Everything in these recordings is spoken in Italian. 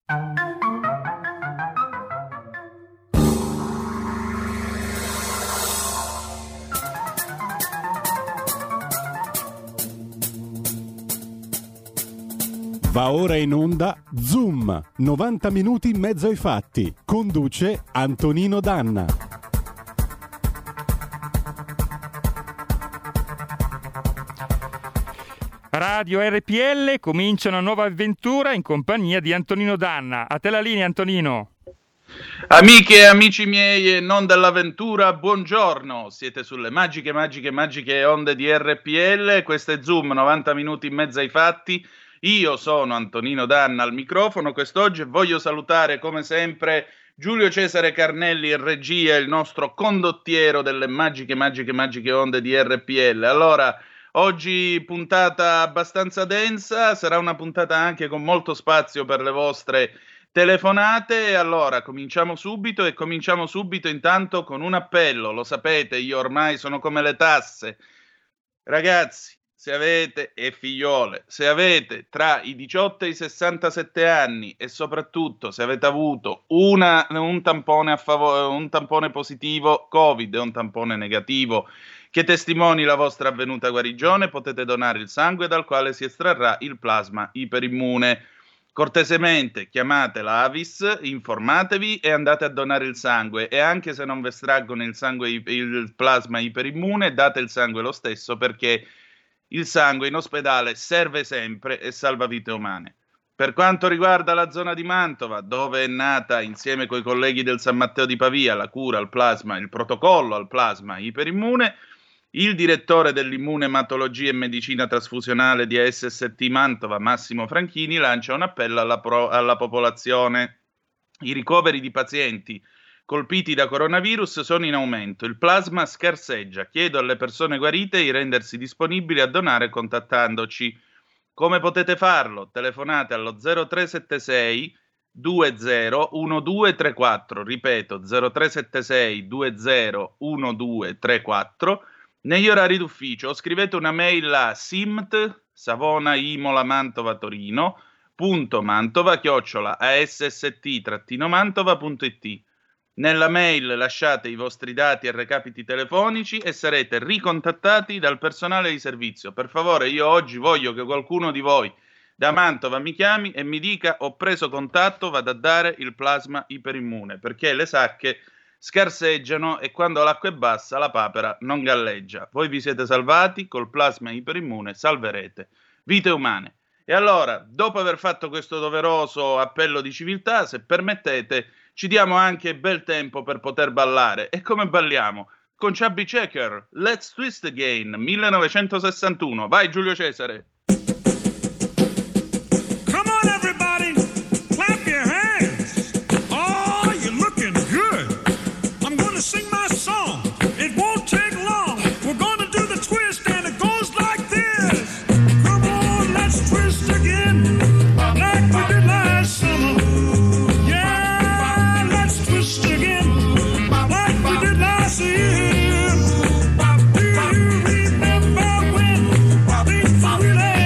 Va ora in onda Zoom, 90 minuti in mezzo ai fatti. Conduce Antonino Danna. Radio RPL comincia una nuova avventura in compagnia di Antonino Danna. A te la linea, Antonino. Amiche e amici miei e non dell'avventura, buongiorno. Siete sulle magiche onde di RPL. Questo è Zoom, 90 minuti in mezzo ai fatti. Io sono Antonino Danna al microfono quest'oggi e voglio salutare come sempre Giulio Cesare Carnelli in regia, il nostro condottiero delle magiche onde di RPL. Allora, oggi puntata abbastanza densa, sarà una puntata anche con molto spazio per le vostre telefonate. Allora, cominciamo subito intanto con un appello. Lo sapete, io ormai sono come le tasse. Ragazzi, se avete, e figliole, se avete tra i 18 e i 67 anni e soprattutto se avete avuto un tampone positivo Covid e un tampone negativo che testimoni la vostra avvenuta guarigione, potete donare il sangue dal quale si estrarrà il plasma iperimmune. Cortesemente chiamate la Avis, informatevi e andate a donare il sangue, e anche se non vi estraggono il plasma iperimmune, date il sangue lo stesso, perché il sangue in ospedale serve sempre e salva vite umane. Per quanto riguarda la zona di Mantova, dove è nata insieme coi colleghi del San Matteo di Pavia la cura al plasma, il protocollo al plasma iperimmune, il direttore dell'immunematologia e medicina trasfusionale di ASST Mantova, Massimo Franchini, lancia un appello alla popolazione. I ricoveri di pazienti colpiti da coronavirus sono in aumento, il plasma scarseggia. Chiedo alle persone guarite di rendersi disponibili a donare contattandoci. Come potete farlo? Telefonate allo 0376 201234, ripeto 0376 201234, negli orari d'ufficio, o scrivete una mail a simt Savona Imola Mantova Torino .mantova@asst-mantova.it. Nella mail lasciate i vostri dati e recapiti telefonici e sarete ricontattati dal personale di servizio. Per favore, io oggi voglio che qualcuno di voi da Mantova mi chiami e mi dica: ho preso contatto, vado a dare il plasma iperimmune, perché le sacche scarseggiano e quando l'acqua è bassa la papera non galleggia. Voi vi siete salvati, col plasma iperimmune salverete vite umane. E allora, dopo aver fatto questo doveroso appello di civiltà, se permettete, ci diamo anche bel tempo per poter ballare. E come balliamo? Con Chubby Checker, Let's Twist Again, 1961. Vai Giulio Cesare! Come on everybody, clap your hands. Oh, you're looking good. I'm gonna sing my song. It won't take long. We're gonna do the twist and it goes like this. Come on, let's twist again, like we did last summer. Yeah, let's twist again, like we did last year. Do you remember when things were really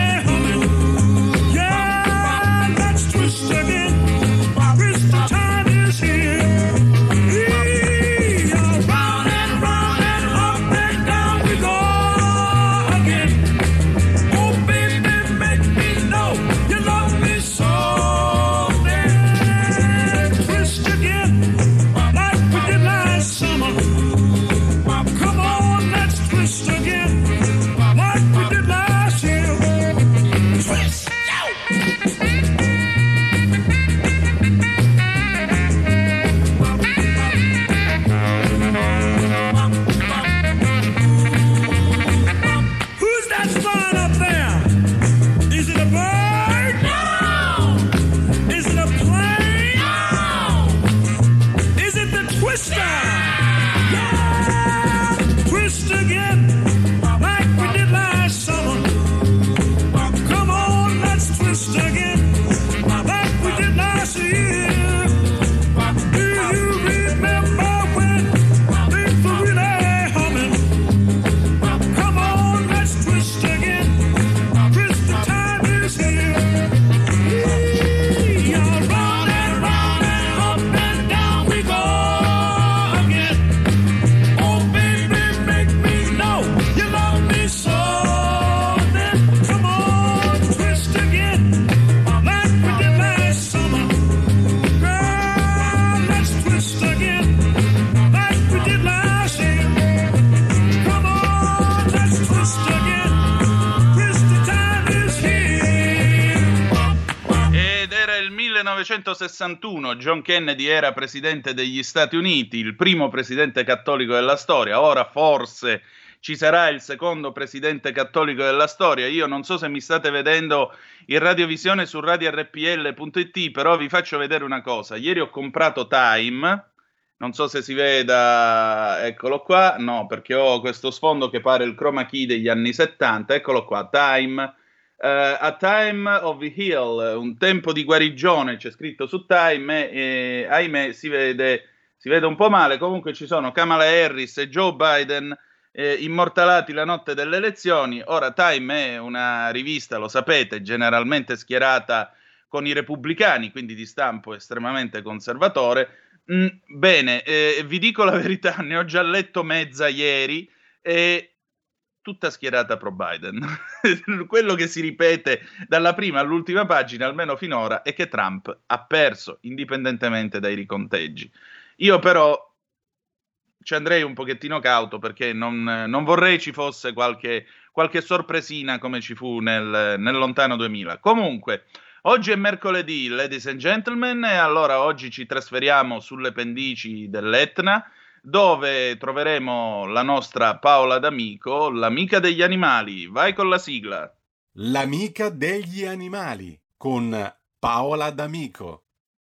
nel 1961 John Kennedy era presidente degli Stati Uniti, il primo presidente cattolico della storia. Ora forse ci sarà il secondo presidente cattolico della storia. Io non so se mi state vedendo in radiovisione su radiorpl.it, però vi faccio vedere una cosa. Ieri ho comprato Time, non so se si veda, eccolo qua, no, perché ho questo sfondo che pare il chroma key degli anni 70, eccolo qua, Time. A Time of Heal, un tempo di guarigione, c'è scritto su Time, e ahimè si vede un po' male. Comunque ci sono Kamala Harris e Joe Biden immortalati la notte delle elezioni. Ora Time è una rivista, lo sapete, generalmente schierata con i repubblicani, quindi di stampo estremamente conservatore. Bene, vi dico la verità, ne ho già letto mezza ieri e tutta schierata pro Biden. Quello che si ripete dalla prima all'ultima pagina, almeno finora, è che Trump ha perso, indipendentemente dai riconteggi. Io però ci andrei un pochettino cauto, perché non vorrei ci fosse qualche sorpresina come ci fu nel lontano 2000. Comunque, oggi è mercoledì, ladies and gentlemen, e allora oggi ci trasferiamo sulle pendici dell'Etna, dove troveremo la nostra Paola D'Amico, l'amica degli animali. Vai con la sigla. L'amica degli animali con Paola D'Amico.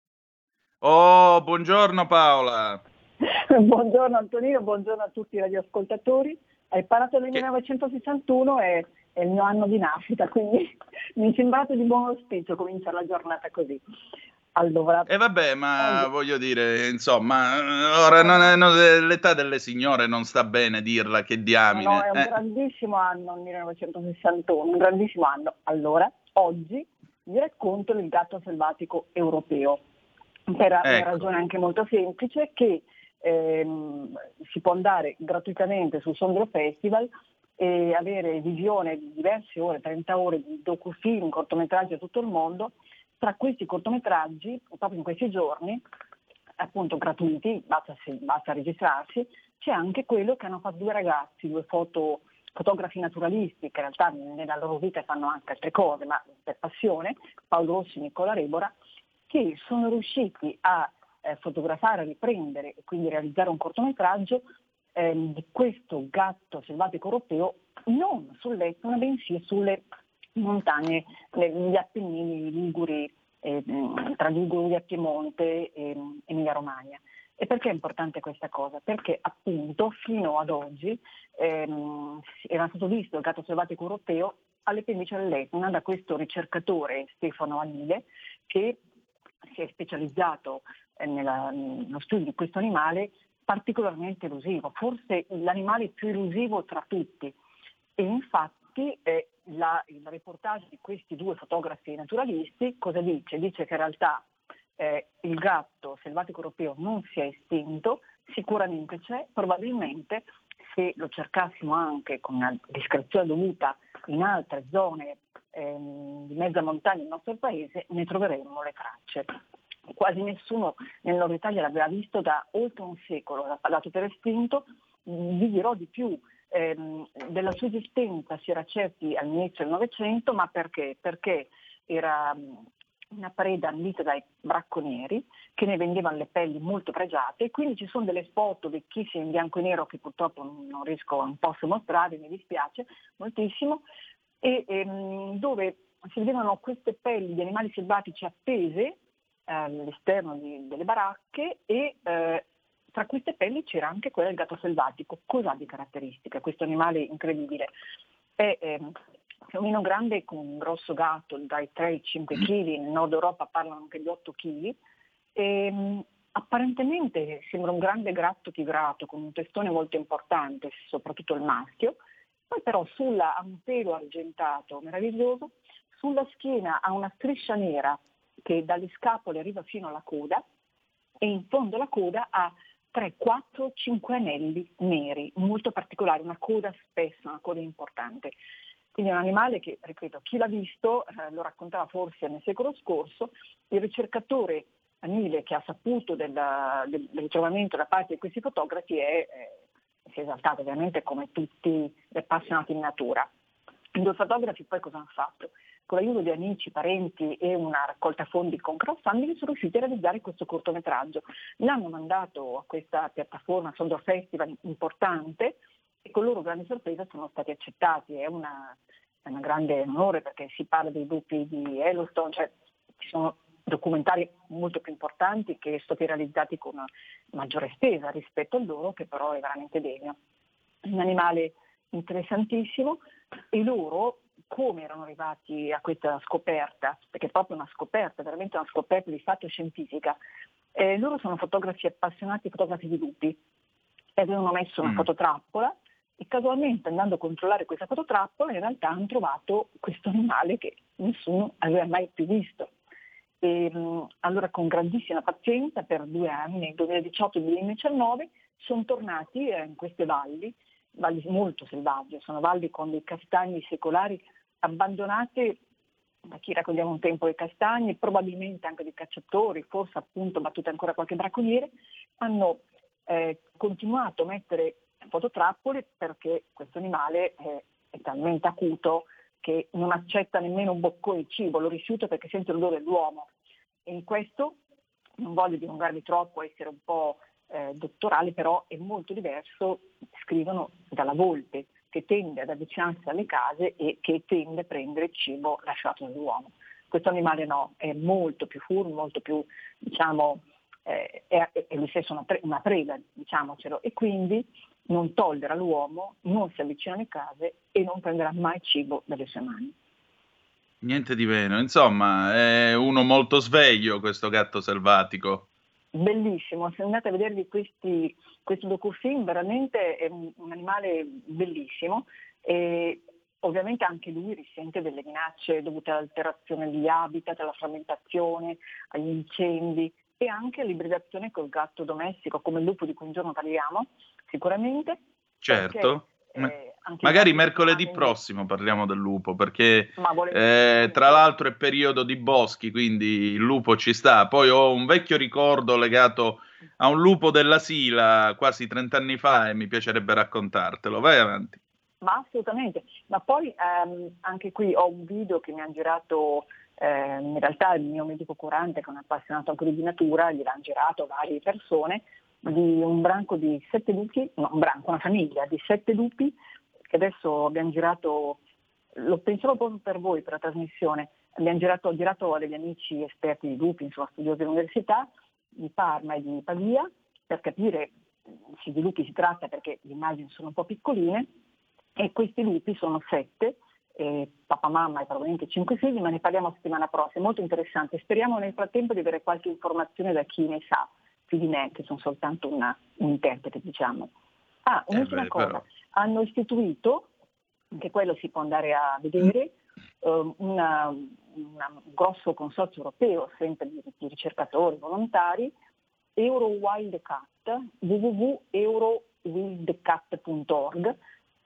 Oh, buongiorno Paola. Buongiorno Antonino, buongiorno a tutti i radioascoltatori. Hai parlato del 1961, è il mio anno di nascita, quindi mi è sembrato di buon auspicio cominciare la giornata così. Allora, vabbè, ma voglio dire, insomma, ora l'età delle signore non sta bene dirla, che diamine. No, è un grandissimo anno il 1961, un grandissimo anno. Allora, oggi vi racconto il gatto selvatico europeo, per una ragione anche molto semplice, che si può andare gratuitamente sul Sondrio Festival e avere visione di diverse ore, 30 ore di docufilm, cortometraggi a tutto il mondo. Tra questi cortometraggi, proprio in questi giorni, appunto gratuiti, basta registrarsi, c'è anche quello che hanno fatto due ragazzi, due fotografi naturalisti, che in realtà nella loro vita fanno anche altre cose, ma per passione, Paolo Rossi e Nicola Rebora, che sono riusciti a fotografare, a riprendere e quindi realizzare un cortometraggio di questo gatto selvatico europeo, non sull'Etna, bensì sulle montagne, gli Appennini liguri, tra Liguria, Piemonte e Emilia Romagna. E perché è importante questa cosa? Perché appunto fino ad oggi era stato visto il gatto selvatico europeo alle pendici dell'Etna da questo ricercatore Stefano Anile, che si è specializzato nello studio di questo animale particolarmente elusivo, forse l'animale più elusivo tra tutti. E infatti il reportage di questi due fotografi naturalisti cosa dice? Dice che in realtà il gatto selvatico europeo non si è estinto, sicuramente c'è, probabilmente se lo cercassimo anche con una discrezione dovuta in altre zone di mezza montagna del nostro paese, ne troveremmo le tracce. Quasi nessuno nel nord Italia l'aveva visto da oltre un secolo, l'ha dato per estinto. Vi dirò di più, della sua esistenza si era certi all'inizio del Novecento, ma perché? Perché era una preda ambita dai bracconieri che ne vendevano le pelli molto pregiate, e quindi ci sono delle foto vecchissime in bianco e nero che purtroppo non posso mostrare, mi dispiace moltissimo, e dove si vedevano queste pelli di animali selvatici appese all'esterno delle baracche, e tra queste pelli c'era anche quella del gatto selvatico. Cos'ha di caratteristica questo animale incredibile? È più o meno grande, con un grosso gatto dai 3 ai 5 kg, nel nord Europa parlano anche di 8 kg, e apparentemente sembra un grande gatto tigrato con un testone molto importante, soprattutto il maschio. Poi però ha un pelo argentato meraviglioso, sulla schiena ha una striscia nera che dalle scapole arriva fino alla coda, e in fondo alla coda ha 3, 4, 5 anelli neri, molto particolari, una coda spessa, una coda importante. Quindi è un animale che, ripeto, chi l'ha visto lo raccontava forse nel secolo scorso. Il ricercatore Anile, che ha saputo del ritrovamento da parte di questi fotografi, si è esaltato ovviamente come tutti gli appassionati di natura. I due fotografi poi cosa hanno fatto? con l'aiuto di amici, parenti e una raccolta fondi con crowdfunding sono riusciti a realizzare questo cortometraggio. L'hanno mandato a questa piattaforma Sondor Festival importante e con loro grande sorpresa sono stati accettati. È una grande onore perché si parla dei lupi di Yellowstone, cioè ci sono documentari molto più importanti che sono stati realizzati con una maggiore spesa rispetto a loro, che però è veramente degno. È un animale interessantissimo e loro come erano arrivati a questa scoperta, perché è proprio una scoperta, veramente una scoperta di fatto scientifica. Loro sono fotografi appassionati, fotografi di lupi, e avevano messo una fototrappola e casualmente andando a controllare questa fototrappola in realtà hanno trovato questo animale che nessuno aveva mai più visto. E, allora con grandissima pazienza per 2 anni, nel 2018 e 2019, sono tornati in queste valli molto selvagge, sono valli con dei castagni secolari abbandonate da chi raccoglieva un tempo le castagne, probabilmente anche dei cacciatori, forse appunto battute ancora qualche bracconiere, hanno continuato a mettere fototrappole perché questo animale è talmente acuto che non accetta nemmeno un boccone di cibo, lo rifiuta perché sente l'odore dell'uomo. E in questo, non voglio dilungarmi troppo, essere un po' dottorale, però è molto diverso, scrivono, dalla volpe, che tende ad avvicinarsi alle case e che tende a prendere il cibo lasciato dall'uomo. Questo animale no, è molto più furbo, molto più, diciamo, è lui stesso una preda, diciamocelo, e quindi non tollera l'uomo, non si avvicina alle case e non prenderà mai cibo dalle sue mani. Niente di meno, insomma, è uno molto sveglio questo gatto selvatico. Bellissimo, se andate a vedervi questi docufilm, veramente è un animale bellissimo e ovviamente anche lui risente delle minacce dovute all'alterazione degli habitat, alla frammentazione, agli incendi e anche all'ibridazione col gatto domestico, come il lupo di cui un giorno parliamo, sicuramente. Certo. Perché, magari mercoledì prossimo parliamo del lupo, perché tra l'altro è periodo di boschi, quindi il lupo ci sta. Poi ho un vecchio ricordo legato a un lupo della Sila quasi 30 anni fa e mi piacerebbe raccontartelo. Vai avanti. Ma assolutamente, ma poi anche qui ho un video che mi ha girato in realtà il mio medico curante, che è un appassionato anche di natura, gliel'hanno girato varie persone, di un branco di 7 lupi, una famiglia di 7 lupi, che adesso abbiamo girato, lo pensavo proprio per voi, per la trasmissione, ho girato a degli amici esperti di lupi, insomma studiosi dell'università di Parma e di Pavia, per capire se di lupi si tratta, perché le immagini sono un po' piccoline, e questi lupi sono 7, papà, mamma e probabilmente 5 figli, ma ne parliamo la settimana prossima, molto interessante. Speriamo nel frattempo di avere qualche informazione da chi ne sa più di me, che sono soltanto un interprete, diciamo. Un'ultima cosa, però hanno istituito, anche quello si può andare a vedere, un grosso consorzio europeo, sempre di ricercatori volontari, EuroWildCat, www.eurowildcat.org,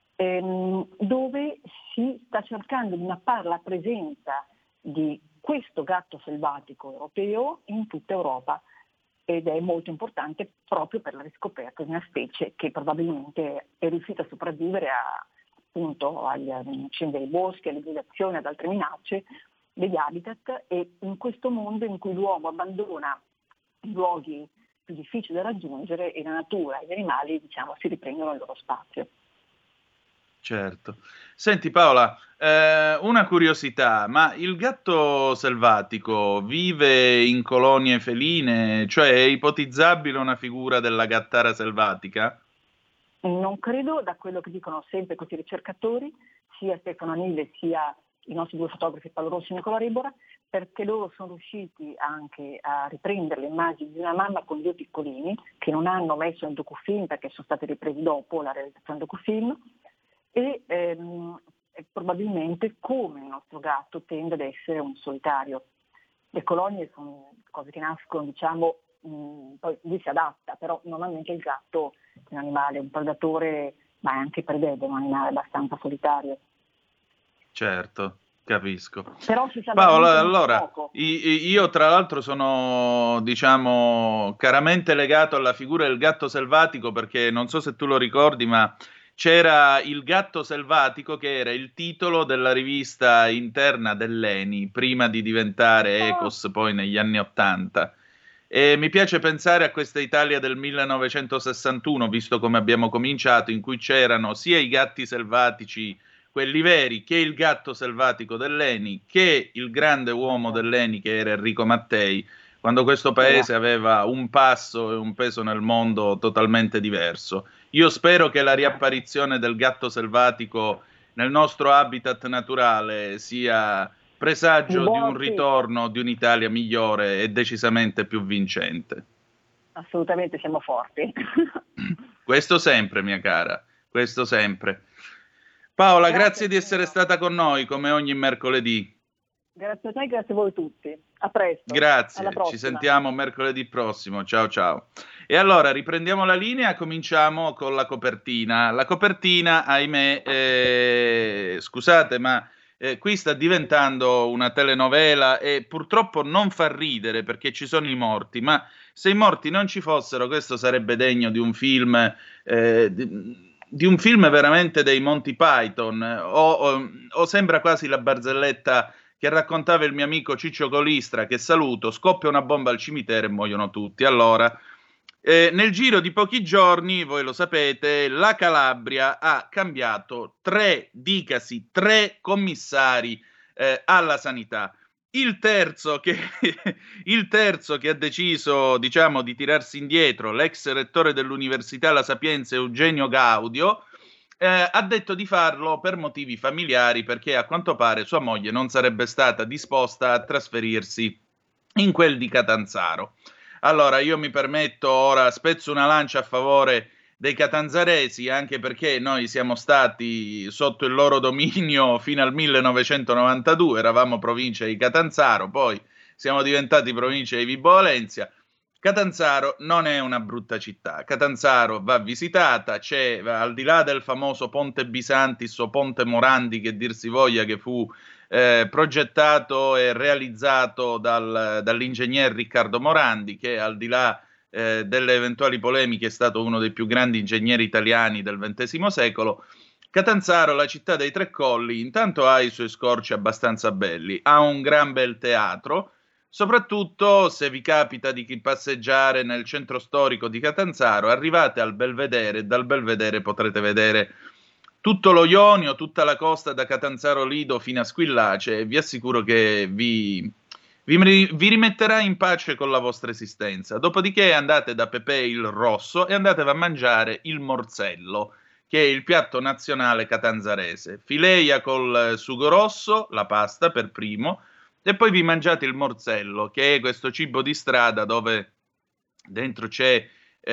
dove si sta cercando di mappare la presenza di questo gatto selvatico europeo in tutta Europa, ed è molto importante proprio per la riscoperta di una specie che probabilmente è riuscita a sopravvivere appunto agli incendi dei boschi, all'ibridazione, ad altre minacce degli habitat, e in questo mondo in cui l'uomo abbandona i luoghi più difficili da raggiungere e la natura e gli animali, diciamo, si riprendono il loro spazio. Certo. Senti Paola, una curiosità, ma il gatto selvatico vive in colonie feline? Cioè è ipotizzabile una figura della gattara selvatica? Non credo, da quello che dicono sempre questi ricercatori, sia Stefano Anile sia i nostri 2 fotografi Paolo Rossi e Nicola Rebora, perché loro sono riusciti anche a riprendere le immagini di una mamma con 2 piccolini che non hanno messo in docufilm perché sono stati ripresi dopo la realizzazione del docufilm, e probabilmente, come il nostro gatto, tende ad essere un solitario. Le colonie sono cose che nascono, diciamo, poi lui si adatta, però normalmente il gatto è un animale, un predatore, ma è anche predete, un animale abbastanza solitario. Certo, capisco. Però si sa Paola, allora, io tra l'altro sono, diciamo, caramente legato alla figura del gatto selvatico, perché non so se tu lo ricordi, ma c'era Il gatto selvatico, che era il titolo della rivista interna dell'ENI, prima di diventare Ecos poi negli anni '80. E mi piace pensare a questa Italia del 1961, visto come abbiamo cominciato, in cui c'erano sia i gatti selvatici, quelli veri, che il gatto selvatico dell'ENI, che il grande uomo dell'ENI che era Enrico Mattei, quando questo paese aveva un passo e un peso nel mondo totalmente diverso. Io spero che la riapparizione del gatto selvatico nel nostro habitat naturale sia presagio di un ritorno di un'Italia migliore e decisamente più vincente. Assolutamente, siamo forti. Questo sempre, mia cara, questo sempre. Paola, grazie di essere stata con noi come ogni mercoledì. Grazie a te e grazie a voi tutti. A presto. Grazie, ci sentiamo mercoledì prossimo. Ciao ciao. E allora riprendiamo la linea, cominciamo con la copertina. La copertina, ahimè, scusate, ma qui sta diventando una telenovela e purtroppo non fa ridere perché ci sono i morti, ma se i morti non ci fossero, questo sarebbe degno di un film, di un film veramente dei Monty Python, o sembra quasi la barzelletta che raccontava il mio amico Ciccio Colistra, che saluto: scoppia una bomba al cimitero e muoiono tutti. Allora, nel giro di pochi giorni, voi lo sapete, la Calabria ha cambiato tre commissari alla sanità. Il terzo che ha deciso, diciamo, di tirarsi indietro, l'ex rettore dell'Università La Sapienza Eugenio Gaudio, ha detto di farlo per motivi familiari, perché a quanto pare sua moglie non sarebbe stata disposta a trasferirsi in quel di Catanzaro. Allora io mi permetto, ora spezzo una lancia a favore dei catanzaresi, anche perché noi siamo stati sotto il loro dominio fino al 1992, eravamo provincia di Catanzaro, poi siamo diventati provincia di Vibo Valentia. Catanzaro non è una brutta città, Catanzaro va visitata, c'è, al di là del famoso Ponte Bisantis o Ponte Morandi, che dir si voglia, che fu progettato e realizzato dall'ingegner Riccardo Morandi, che al di là delle eventuali polemiche è stato uno dei più grandi ingegneri italiani del XX secolo. Catanzaro, la città dei Tre Colli, intanto ha i suoi scorci abbastanza belli, ha un gran bel teatro. Soprattutto se vi capita di passeggiare nel centro storico di Catanzaro, arrivate al Belvedere e dal Belvedere potrete vedere tutto lo Ionio, tutta la costa da Catanzaro Lido fino a Squillace, e vi assicuro che vi rimetterà in pace con la vostra esistenza. Dopodiché andate da Pepe il Rosso e andatevi a mangiare il morzello, che è il piatto nazionale catanzarese. Fileia col sugo rosso, la pasta per primo, e poi vi mangiate il morzello, che è questo cibo di strada dove dentro c'è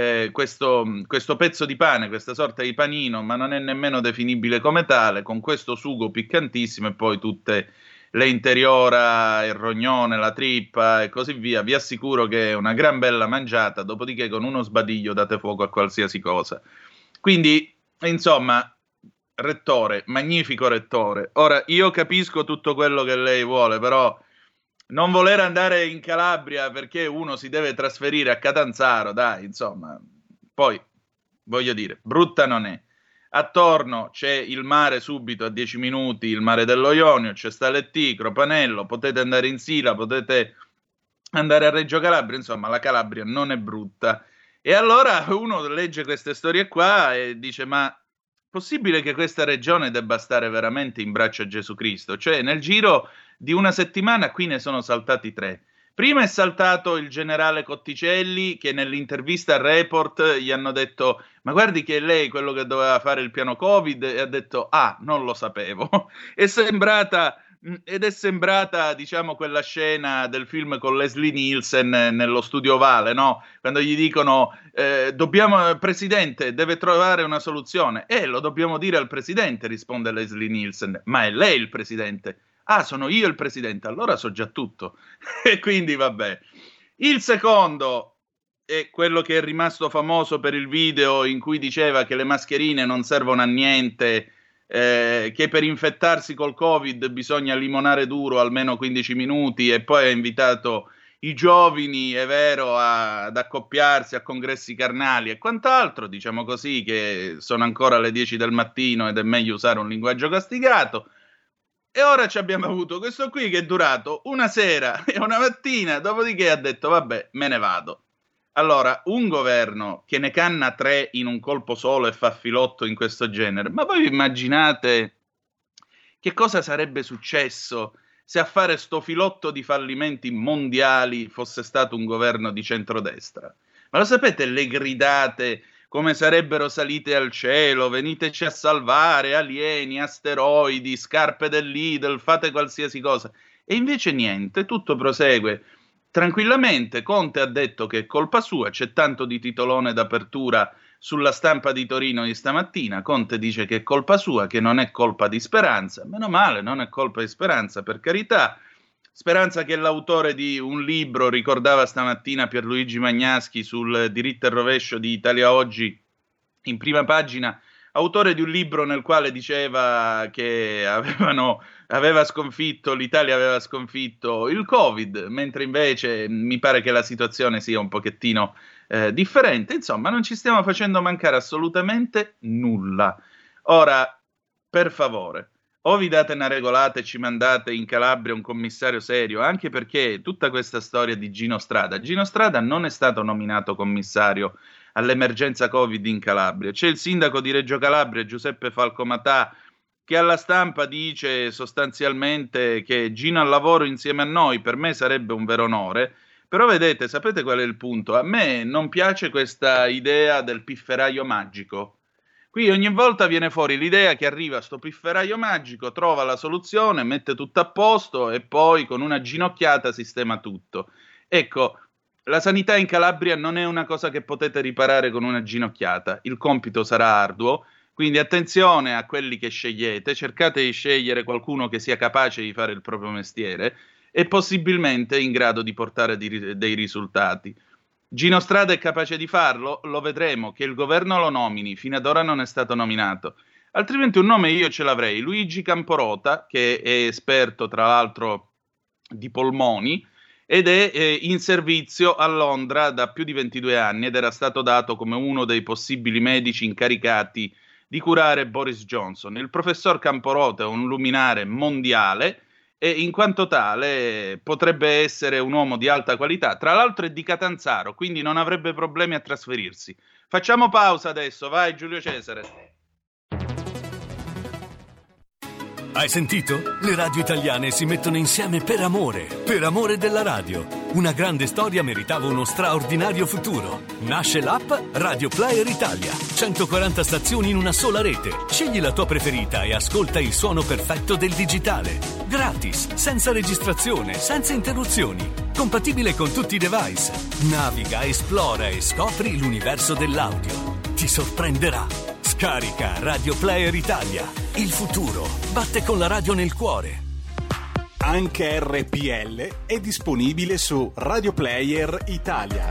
questo pezzo di pane, questa sorta di panino, ma non è nemmeno definibile come tale, con questo sugo piccantissimo e poi tutte le interiora, il rognone, la trippa e così via. Vi assicuro che è una gran bella mangiata, dopodiché con uno sbadiglio date fuoco a qualsiasi cosa. Quindi, insomma, rettore, magnifico rettore. Ora, io capisco tutto quello che lei vuole, però non voler andare in Calabria perché uno si deve trasferire a Catanzaro, dai, insomma. Poi, voglio dire, brutta non è. Attorno c'è il mare subito a 10 minuti, il mare dello Ionio, c'è Stalettì, Cropanello, potete andare in Sila, potete andare a Reggio Calabria, insomma la Calabria non è brutta. E allora uno legge queste storie qua e dice: ma possibile che questa regione debba stare veramente in braccio a Gesù Cristo? Cioè nel giro di una settimana qui ne sono saltati 3. Prima è saltato il generale Cotticelli, che nell'intervista a Report gli hanno detto: ma guardi che è lei quello che doveva fare il piano Covid, e ha detto: ah, non lo sapevo. È sembrata, diciamo, quella scena del film con Leslie Nielsen nello studio Ovale, no? Quando gli dicono Presidente, deve trovare una soluzione. Lo dobbiamo dire al Presidente, risponde Leslie Nielsen. Ma è lei il Presidente? Ah, sono io il Presidente, allora so già tutto. E quindi vabbè. Il secondo è quello che è rimasto famoso per il video in cui diceva che le mascherine non servono a niente, che per infettarsi col Covid bisogna limonare duro almeno 15 minuti, e poi ha invitato i giovani, è vero, ad accoppiarsi a congressi carnali e quant'altro, diciamo così, che sono ancora le 10 del mattino ed è meglio usare un linguaggio castigato. E ora ci abbiamo avuto questo qui che è durato una sera e una mattina, dopodiché ha detto vabbè, me ne vado. Allora, un governo che ne canna 3 in un colpo solo e fa filotto in questo genere, ma voi vi immaginate che cosa sarebbe successo se a fare sto filotto di fallimenti mondiali fosse stato un governo di centrodestra? Ma lo sapete le gridate come sarebbero salite al cielo? Veniteci a salvare, alieni, asteroidi, scarpe del Lidl, fate qualsiasi cosa. E invece niente, tutto prosegue tranquillamente. Conte ha detto che è colpa sua, c'è tanto di titolone d'apertura sulla Stampa di Torino di stamattina. Conte dice che è colpa sua, che non è colpa di Speranza. Meno male, non è colpa di Speranza, per carità. Speranza che è l'autore di un libro, ricordava stamattina Pierluigi Magnaschi sul diritto e rovescio di Italia Oggi in prima pagina, autore di un libro nel quale diceva che l'Italia aveva sconfitto il Covid, mentre invece mi pare che la situazione sia un pochettino differente. Insomma, non ci stiamo facendo mancare assolutamente nulla. Ora, per favore, o vi date una regolata e ci mandate in Calabria un commissario serio, anche perché tutta questa storia di Gino Strada non è stato nominato commissario all'emergenza Covid in Calabria. C'è il sindaco di Reggio Calabria, Giuseppe Falcomatà, che alla Stampa dice sostanzialmente che Gino al lavoro insieme a noi, per me sarebbe un vero onore. Però vedete, sapete qual è il punto? A me non piace questa idea del pifferaio magico. Qui ogni volta viene fuori l'idea che arriva sto pifferaio magico, trova la soluzione, mette tutto a posto e poi con una ginocchiata sistema tutto. Ecco, la sanità in Calabria non è una cosa che potete riparare con una ginocchiata. Il compito sarà arduo, quindi attenzione a quelli che scegliete, cercate di scegliere qualcuno che sia capace di fare il proprio mestiere e possibilmente in grado di portare dei risultati. Gino Strada è capace di farlo? Lo vedremo, che il governo lo nomini, fino ad ora non è stato nominato. Altrimenti un nome io ce l'avrei, Luigi Camporota, che è esperto tra l'altro di polmoni ed è in servizio a Londra da più di 22 anni ed era stato dato come uno dei possibili medici incaricati di curare Boris Johnson. Il professor Camporota è un luminare mondiale e in quanto tale potrebbe essere un uomo di alta qualità, tra l'altro è di Catanzaro, quindi non avrebbe problemi a trasferirsi. Facciamo pausa adesso, vai Giulio Cesare. Hai sentito? Le radio italiane si mettono insieme per amore della radio. Una grande storia meritava uno straordinario futuro. Nasce l'app Radio Player Italia. 140 stazioni in una sola rete. Scegli la tua preferita e ascolta il suono perfetto del digitale. Gratis, senza registrazione, senza interruzioni. Compatibile con tutti i device. Naviga, esplora e scopri l'universo dell'audio. Ti sorprenderà. Scarica Radio Player Italia. Il futuro batte con la radio nel cuore. Anche RPL è disponibile su Radio Player Italia.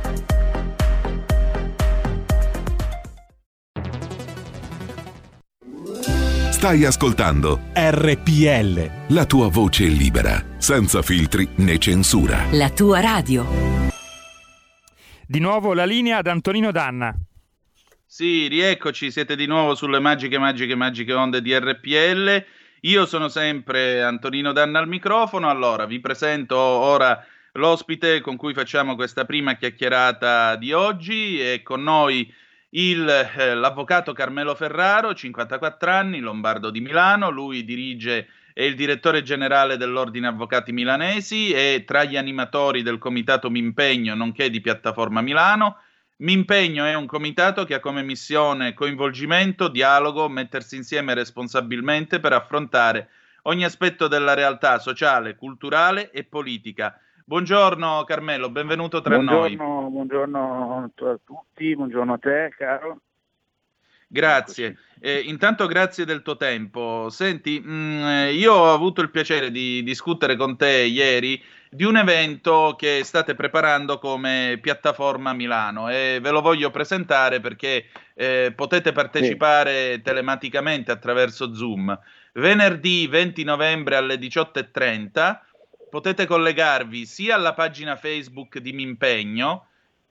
Stai ascoltando RPL, la tua voce libera, senza filtri né censura. La tua radio. Di nuovo la linea ad Antonino Danna. Sì, rieccoci, siete di nuovo sulle magiche onde di RPL. Io sono sempre Antonino Danna al microfono. Allora, vi presento ora l'ospite con cui facciamo questa prima chiacchierata di oggi. È con noi l'avvocato Carmelo Ferraro, 54 anni, lombardo di Milano. Lui è il direttore generale dell'Ordine Avvocati Milanesi e tra gli animatori del comitato M'impegno, nonché di Piattaforma Milano. M'impegno è un comitato che ha come missione coinvolgimento, dialogo, mettersi insieme responsabilmente per affrontare ogni aspetto della realtà sociale, culturale e politica. Buongiorno Carmelo, benvenuto tra noi. Buongiorno a tutti, buongiorno a te caro. Grazie, intanto grazie del tuo tempo. Senti, io ho avuto il piacere di discutere con te ieri di un evento che state preparando come Piattaforma Milano e ve lo voglio presentare perché potete partecipare telematicamente attraverso Zoom. Venerdì 20 novembre alle 18:30 potete collegarvi sia alla pagina Facebook di Mimpegno,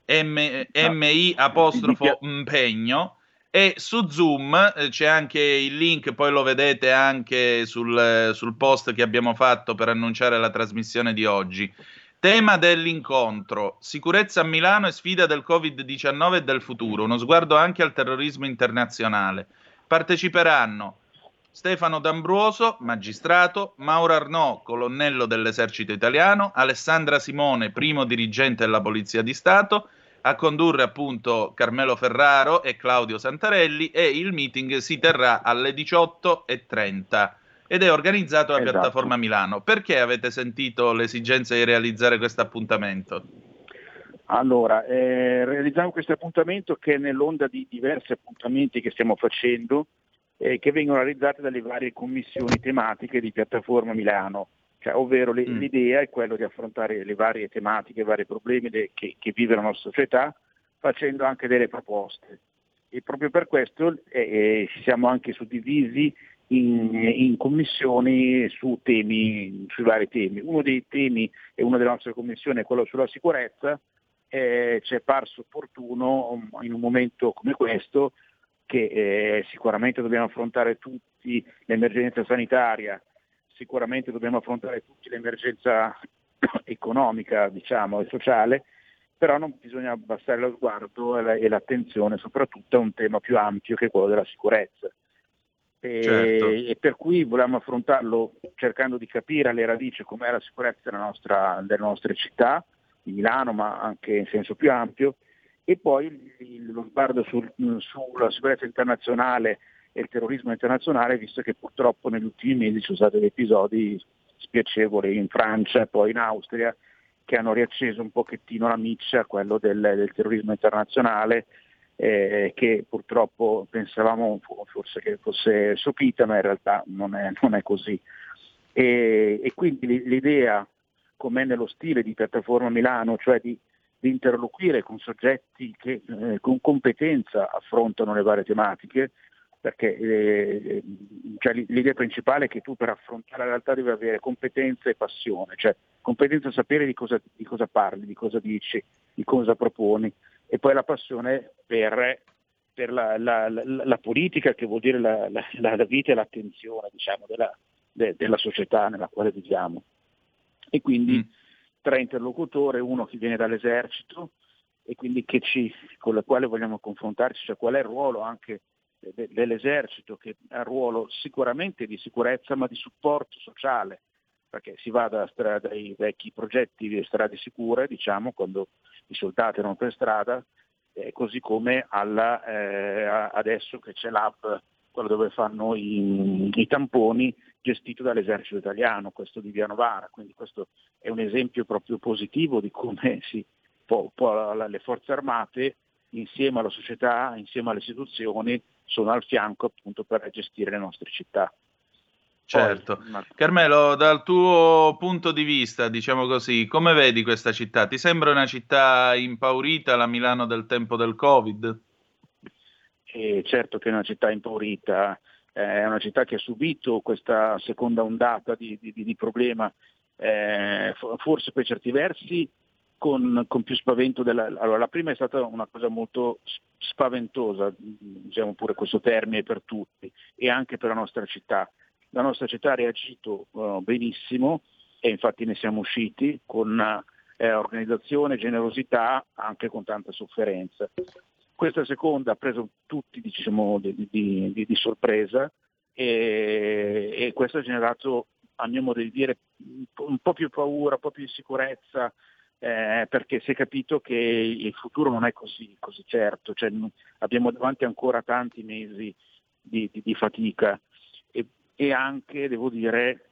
MI''Impegno, e su Zoom c'è anche il link, poi lo vedete anche sul post che abbiamo fatto per annunciare la trasmissione di oggi. Tema dell'incontro: sicurezza a Milano e sfida del Covid-19 e del futuro, uno sguardo anche al terrorismo internazionale. Parteciperanno Stefano D'Ambruoso, magistrato, Mauro Arnaud, colonnello dell'Esercito Italiano, Alessandra Simone, primo dirigente della Polizia di Stato, a condurre appunto Carmelo Ferraro e Claudio Santarelli, e il meeting si terrà alle 18:30 ed è organizzato da Piattaforma Milano. Perché avete sentito l'esigenza di realizzare questo appuntamento? Allora, realizziamo questo appuntamento che è nell'onda di diversi appuntamenti che stiamo facendo, che vengono realizzati dalle varie commissioni tematiche di Piattaforma Milano. Ovvero l'idea è quello di affrontare le varie tematiche, i vari problemi che vive la nostra società, facendo anche delle proposte. E proprio per questo siamo anche suddivisi in commissioni sui vari temi. Uno dei temi e una delle nostre commissioni è quello sulla sicurezza. Ci è parso opportuno in un momento come questo, che sicuramente dobbiamo affrontare tutti l'emergenza sanitaria, sicuramente dobbiamo affrontare tutti l'emergenza economica, diciamo, e sociale, però non bisogna abbassare lo sguardo e l'attenzione soprattutto a un tema più ampio che è quello della sicurezza. Certo. E per cui volevamo affrontarlo cercando di capire alle radici com'è la sicurezza delle nostre città, di Milano, ma anche in senso più ampio, e poi lo sguardo sulla sicurezza internazionale e il terrorismo internazionale, visto che purtroppo negli ultimi mesi ci sono stati degli episodi spiacevoli in Francia e poi in Austria che hanno riacceso un pochettino la miccia, quello del terrorismo internazionale, che purtroppo pensavamo forse che fosse sopita, ma in realtà non è così. E quindi l'idea, com'è nello stile di Piattaforma Milano, cioè di interloquire con soggetti che con competenza affrontano le varie tematiche, perché l'idea principale è che tu per affrontare la realtà devi avere competenza e passione, cioè competenza a sapere di cosa parli, di cosa dici, di cosa proponi, e poi la passione per la politica, che vuol dire la vita e l'attenzione, diciamo, della società nella quale viviamo. E quindi tre interlocutori, uno che viene dall'esercito e quindi con il quale vogliamo confrontarci, cioè qual è il ruolo anche dell'esercito, che ha un ruolo sicuramente di sicurezza ma di supporto sociale, perché si va dai vecchi progetti di strade sicure, diciamo, quando i soldati erano per strada, così come adesso che c'è l'app, quello dove fanno i tamponi, gestito dall'esercito italiano, questo di Via Novara. Quindi questo è un esempio proprio positivo di come le forze armate, insieme alla società, insieme alle istituzioni, sono al fianco appunto per gestire le nostre città. Certo. Carmelo, dal tuo punto di vista, diciamo così, come vedi questa città? Ti sembra una città impaurita, la Milano del tempo del Covid? Certo che è una città impaurita, è una città che ha subito questa seconda ondata di problema, forse per certi versi con più spavento allora, la prima è stata una cosa molto spaventosa, diciamo pure questo termine per tutti, e anche per la nostra città. La nostra città ha reagito benissimo e infatti ne siamo usciti con organizzazione, generosità, anche con tanta sofferenza. Questa seconda ha preso tutti, diciamo, di sorpresa, e questo ha generato, a mio modo di dire, un po' più paura, un po' più insicurezza, perché si è capito che il futuro non è così certo, cioè, abbiamo davanti ancora tanti mesi di fatica, e anche, devo dire,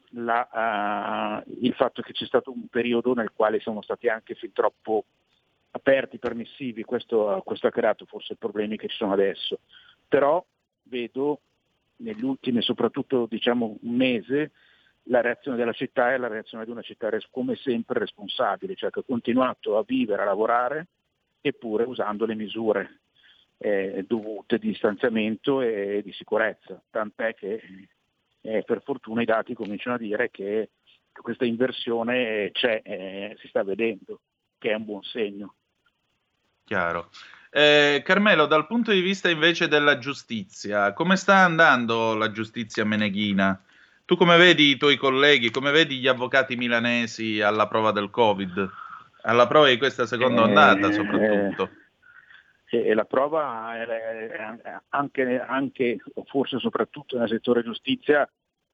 il fatto che c'è stato un periodo nel quale siamo stati anche fin troppo aperti, permissivi. Questo ha creato forse i problemi che ci sono adesso, però vedo negli ultimi, soprattutto diciamo un mese, la reazione della città è la reazione di una città come sempre responsabile, cioè che ha continuato a vivere, a lavorare, eppure usando le misure dovute di distanziamento e di sicurezza, tant'è che per fortuna i dati cominciano a dire che questa inversione c'è, si sta vedendo, che è un buon segno. Chiaro. Carmelo, dal punto di vista invece della giustizia, come sta andando la giustizia meneghina? Tu come vedi i tuoi colleghi, come vedi gli avvocati milanesi alla prova del Covid, alla prova di questa seconda ondata soprattutto? E la prova anche forse soprattutto nel settore giustizia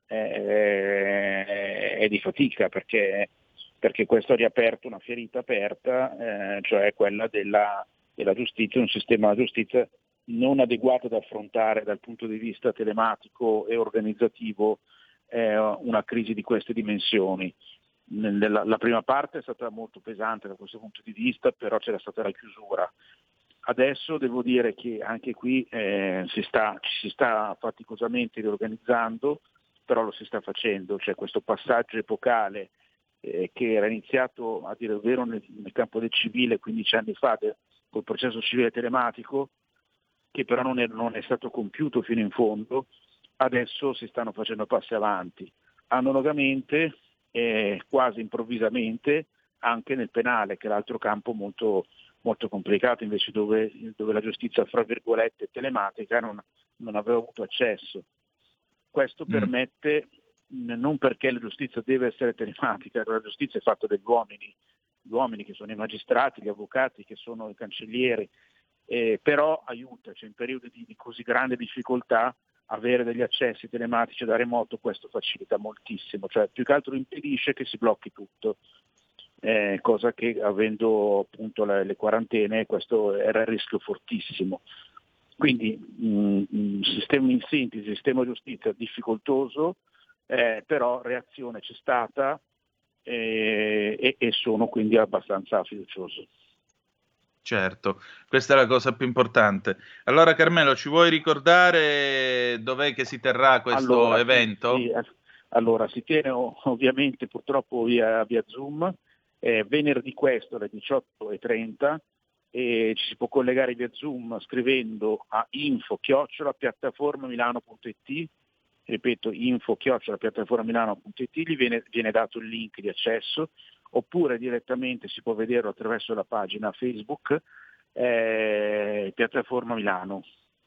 è di fatica, perché questo ha riaperto una ferita aperta, cioè quella della giustizia, un sistema di giustizia non adeguato ad affrontare dal punto di vista telematico e organizzativo una crisi di queste dimensioni. La prima parte è stata molto pesante da questo punto di vista, però c'era stata la chiusura. Adesso devo dire che anche qui ci si sta faticosamente riorganizzando, però lo si sta facendo. C'è questo passaggio epocale che era iniziato, a dire il vero, nel campo del civile 15 anni fa, col processo civile telematico, che però non è stato compiuto fino in fondo. Adesso si stanno facendo passi avanti, analogamente, quasi improvvisamente, anche nel penale, che è l'altro campo molto, molto complicato, invece dove la giustizia, fra virgolette, telematica non aveva avuto accesso. Questo permette, non perché la giustizia deve essere telematica, la giustizia è fatta degli uomini che sono i magistrati, gli avvocati, che sono i cancellieri, però aiuta, cioè in periodi di così grande difficoltà, avere degli accessi telematici da remoto, questo facilita moltissimo, cioè più che altro impedisce che si blocchi tutto, cosa che avendo appunto le quarantene questo era il rischio fortissimo. Quindi sistema in sintesi, sistema giustizia difficoltoso, però reazione c'è stata e sono quindi abbastanza fiducioso. Certo, questa è la cosa più importante. Allora Carmelo, ci vuoi ricordare dov'è che si terrà questo evento? Sì, allora si tiene ovviamente purtroppo via Zoom, venerdì questo alle 18:30, e ci si può collegare via Zoom scrivendo a info@piattaformamilano.it, ripeto info@piattaformamilano.it, gli viene dato il link di accesso, oppure direttamente si può vederlo attraverso la pagina Facebook Piattaforma Milano.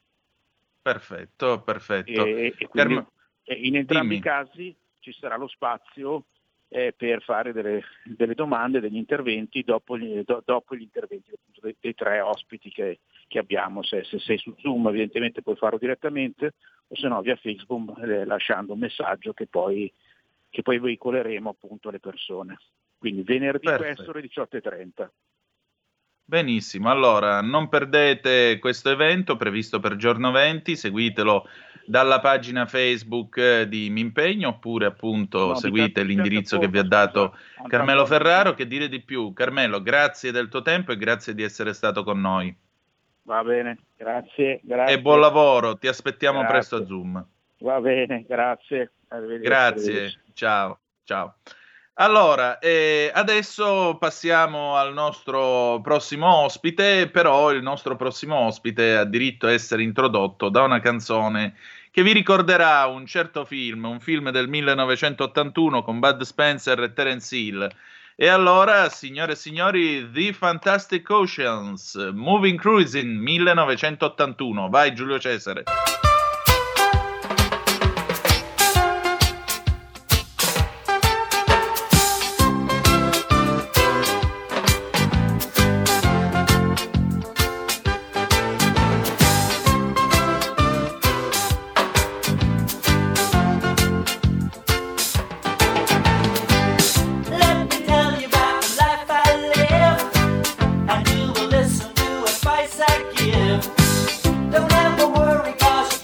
Perfetto. E quindi, in entrambi i casi ci sarà lo spazio per fare delle domande, degli interventi dopo gli interventi appunto dei tre ospiti che abbiamo. Se sei su Zoom evidentemente puoi farlo direttamente, o se no via Facebook lasciando un messaggio che poi veicoleremo appunto alle persone. Quindi venerdì questo alle 18:30. Benissimo, allora non perdete questo evento previsto per giorno 20, seguitelo dalla pagina Facebook di M'impegno, oppure appunto seguite l'indirizzo che vi ha dato Carmelo Ferraro. Che dire di più? Carmelo, grazie del tuo tempo e grazie di essere stato con noi. Va bene, grazie. E buon lavoro, ti aspettiamo presto a Zoom. Va bene, grazie. Grazie, ciao. Allora, adesso passiamo al nostro prossimo ospite, però il nostro prossimo ospite ha diritto a essere introdotto da una canzone che vi ricorderà un certo film, un film del 1981 con Bud Spencer e Terence Hill. E allora, signore e signori, The Fantastic Oceans, Moving Cruising 1981. Vai Giulio Cesare. Don't ever worry, 'cause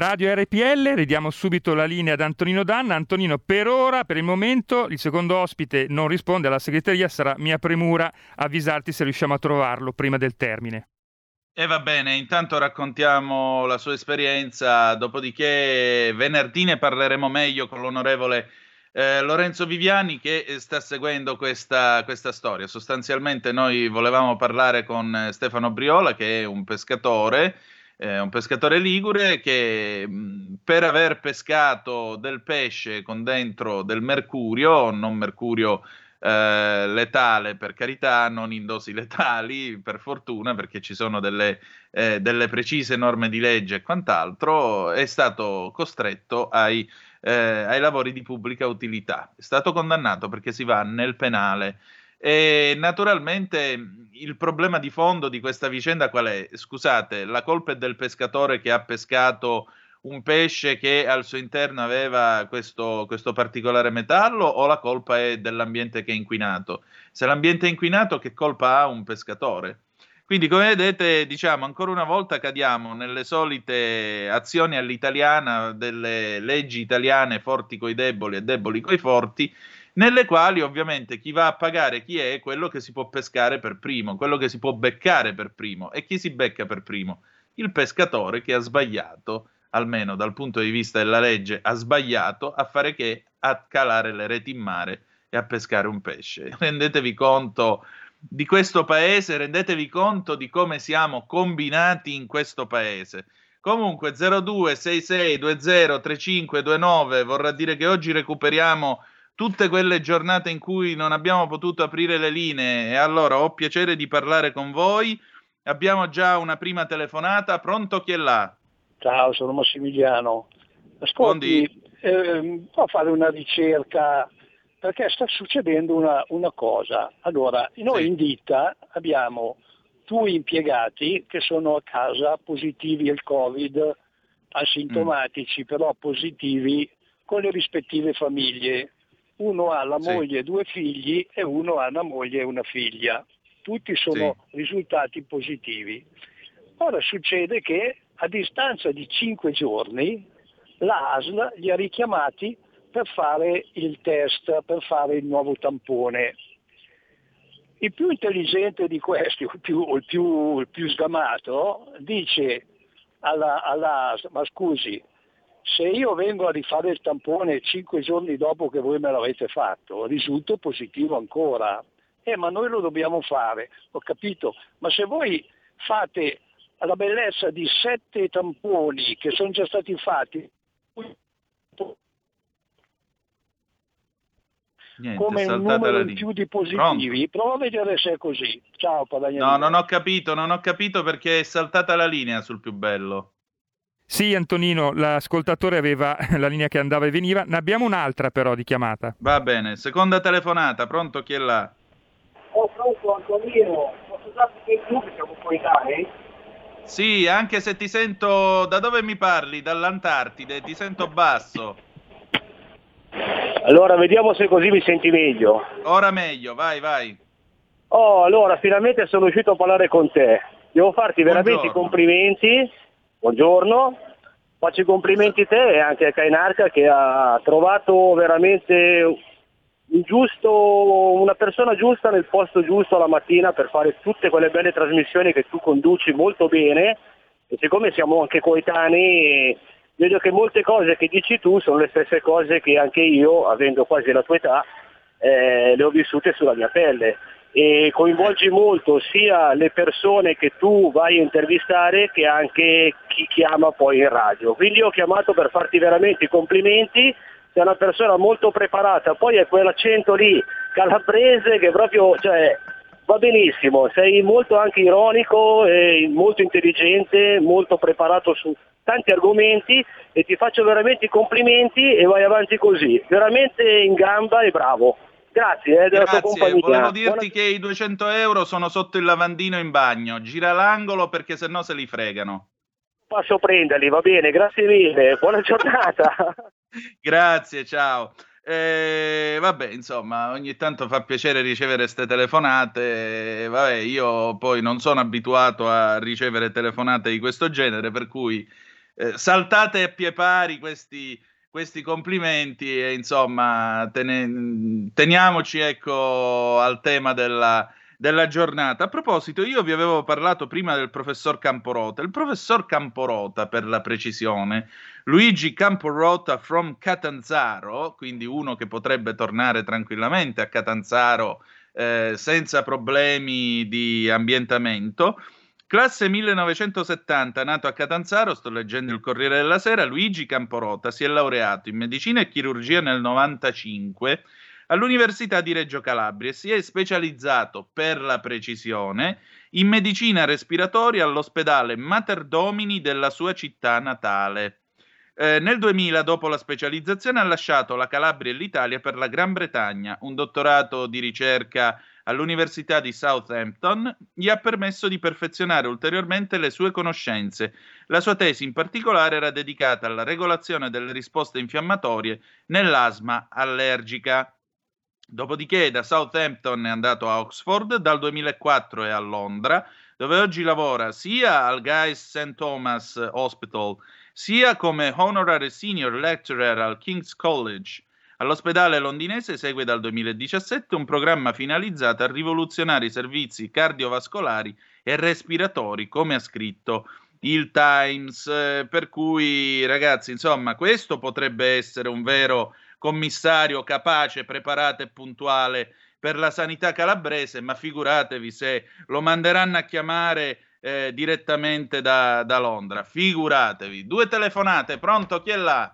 Radio RPL, ridiamo subito la linea ad Antonino Danna. Antonino, per il momento, il secondo ospite non risponde alla segreteria, sarà mia premura avvisarti se riusciamo a trovarlo prima del termine. E va bene, intanto raccontiamo la sua esperienza, dopodiché venerdì ne parleremo meglio con l'onorevole Lorenzo Viviani che sta seguendo questa storia. Sostanzialmente noi volevamo parlare con Stefano Briola, che è un pescatore ligure che per aver pescato del pesce con dentro del mercurio, non mercurio letale, per carità, non in dosi letali, per fortuna, perché ci sono delle precise norme di legge e quant'altro, è stato costretto ai lavori di pubblica utilità. È stato condannato perché si va nel penale. E naturalmente il problema di fondo di questa vicenda qual è? Scusate, la colpa è del pescatore che ha pescato un pesce che al suo interno aveva questo particolare metallo, o la colpa è dell'ambiente che è inquinato? Se l'ambiente è inquinato, che colpa ha un pescatore? Quindi, come vedete, diciamo, ancora una volta cadiamo nelle solite azioni all'italiana delle leggi italiane, forti coi deboli e deboli coi forti, nelle quali ovviamente chi va a pagare chi è quello che si può pescare per primo, quello che si può beccare per primo. E chi si becca per primo? Il pescatore che ha sbagliato, almeno dal punto di vista della legge, ha sbagliato a fare che a calare le reti in mare e a pescare un pesce. Rendetevi conto di questo paese, rendetevi conto di come siamo combinati in questo paese. Comunque 0266203529 vorrà dire che oggi recuperiamo tutte quelle giornate in cui non abbiamo potuto aprire le linee, e allora ho piacere di parlare con voi. Abbiamo già una prima telefonata. Pronto, chi è là? Ciao, sono Massimiliano. Ascolti, può fare una ricerca, perché sta succedendo una cosa. Allora, noi in ditta abbiamo 2 impiegati che sono a casa positivi al Covid, asintomatici, però positivi con le rispettive famiglie. Uno ha la moglie e 2 figli e uno ha una moglie e una figlia. Tutti sono risultati positivi. Ora succede che a distanza di 5 giorni la ASL li ha richiamati per fare il test, per fare il nuovo tampone. Il più intelligente di questi, il più sgamato, dice alla ASL: ma scusi, se io vengo a rifare il tampone 5 giorni dopo che voi me l'avete fatto, risulto positivo ancora. Ma noi lo dobbiamo fare. Ho capito, ma se voi fate la bellezza di 7 tamponi che sono già stati fatti, come un numero in più di positivi, prova a vedere se è così. Ciao Padagnino. No, non ho capito perché è saltata la linea sul più bello. Sì, Antonino, l'ascoltatore aveva la linea che andava e veniva. Ne abbiamo un'altra però di chiamata. Va bene, seconda telefonata. Pronto, chi è là? Pronto Antonino, posso darti che tu che siamo coetanei? Sì, anche se ti sento... Da dove mi parli? Dall'Antartide, ti sento basso. Allora, vediamo se così mi senti meglio. Ora meglio, vai. Oh, allora, finalmente sono riuscito a parlare con te. Devo farti veramente i complimenti. Buongiorno. Faccio i complimenti a te e anche a Kainarca, che ha trovato veramente una persona giusta nel posto giusto alla mattina per fare tutte quelle belle trasmissioni che tu conduci molto bene, e siccome siamo anche coetanei vedo che molte cose che dici tu sono le stesse cose che anche io, avendo quasi la tua età, le ho vissute sulla mia pelle, e coinvolgi molto sia le persone che tu vai a intervistare che anche chi chiama poi in radio. Quindi ho chiamato per farti veramente i complimenti. Sei una persona molto preparata, poi è quell'accento lì calabrese che proprio, va benissimo, sei molto anche ironico, molto intelligente, molto preparato su tanti argomenti, e ti faccio veramente i complimenti e vai avanti così, veramente in gamba e bravo. Grazie della tua compagnia. Volevo dirti che i 200 euro sono sotto il lavandino in bagno, gira l'angolo perché sennò se li fregano. Passo a prenderli, va bene, grazie mille, buona giornata. Grazie, ciao. Vabbè, insomma, ogni tanto fa piacere ricevere queste telefonate. Vabbè, io poi non sono abituato a ricevere telefonate di questo genere, per cui saltate a pie pari questi complimenti e insomma teniamoci ecco al tema della giornata. A proposito, io vi avevo parlato prima del professor Camporota. Il professor Camporota, per la precisione, Luigi Camporota from Catanzaro, quindi uno che potrebbe tornare tranquillamente a Catanzaro senza problemi di ambientamento. Classe 1970, nato a Catanzaro, sto leggendo il Corriere della Sera, Luigi Camporota si è laureato in medicina e chirurgia nel 95 all'Università di Reggio Calabria e si è specializzato, per la precisione, in medicina respiratoria all'ospedale Mater Domini della sua città natale. Nel 2000, dopo la specializzazione, ha lasciato la Calabria e l'Italia per la Gran Bretagna. Un dottorato di ricerca all'Università di Southampton gli ha permesso di perfezionare ulteriormente le sue conoscenze. La sua tesi in particolare era dedicata alla regolazione delle risposte infiammatorie nell'asma allergica. Dopodiché da Southampton è andato a Oxford, dal 2004 è a Londra, dove oggi lavora sia al Guy's St. Thomas Hospital, sia come Honorary Senior Lecturer al King's College. All'ospedale londinese segue dal 2017 un programma finalizzato a rivoluzionare i servizi cardiovascolari e respiratori, come ha scritto il Times. Per cui, ragazzi, insomma, questo potrebbe essere un vero commissario capace, preparato e puntuale per la sanità calabrese, ma figuratevi se lo manderanno a chiamare direttamente da Londra. Figuratevi. 2 telefonate, pronto? Chi è là?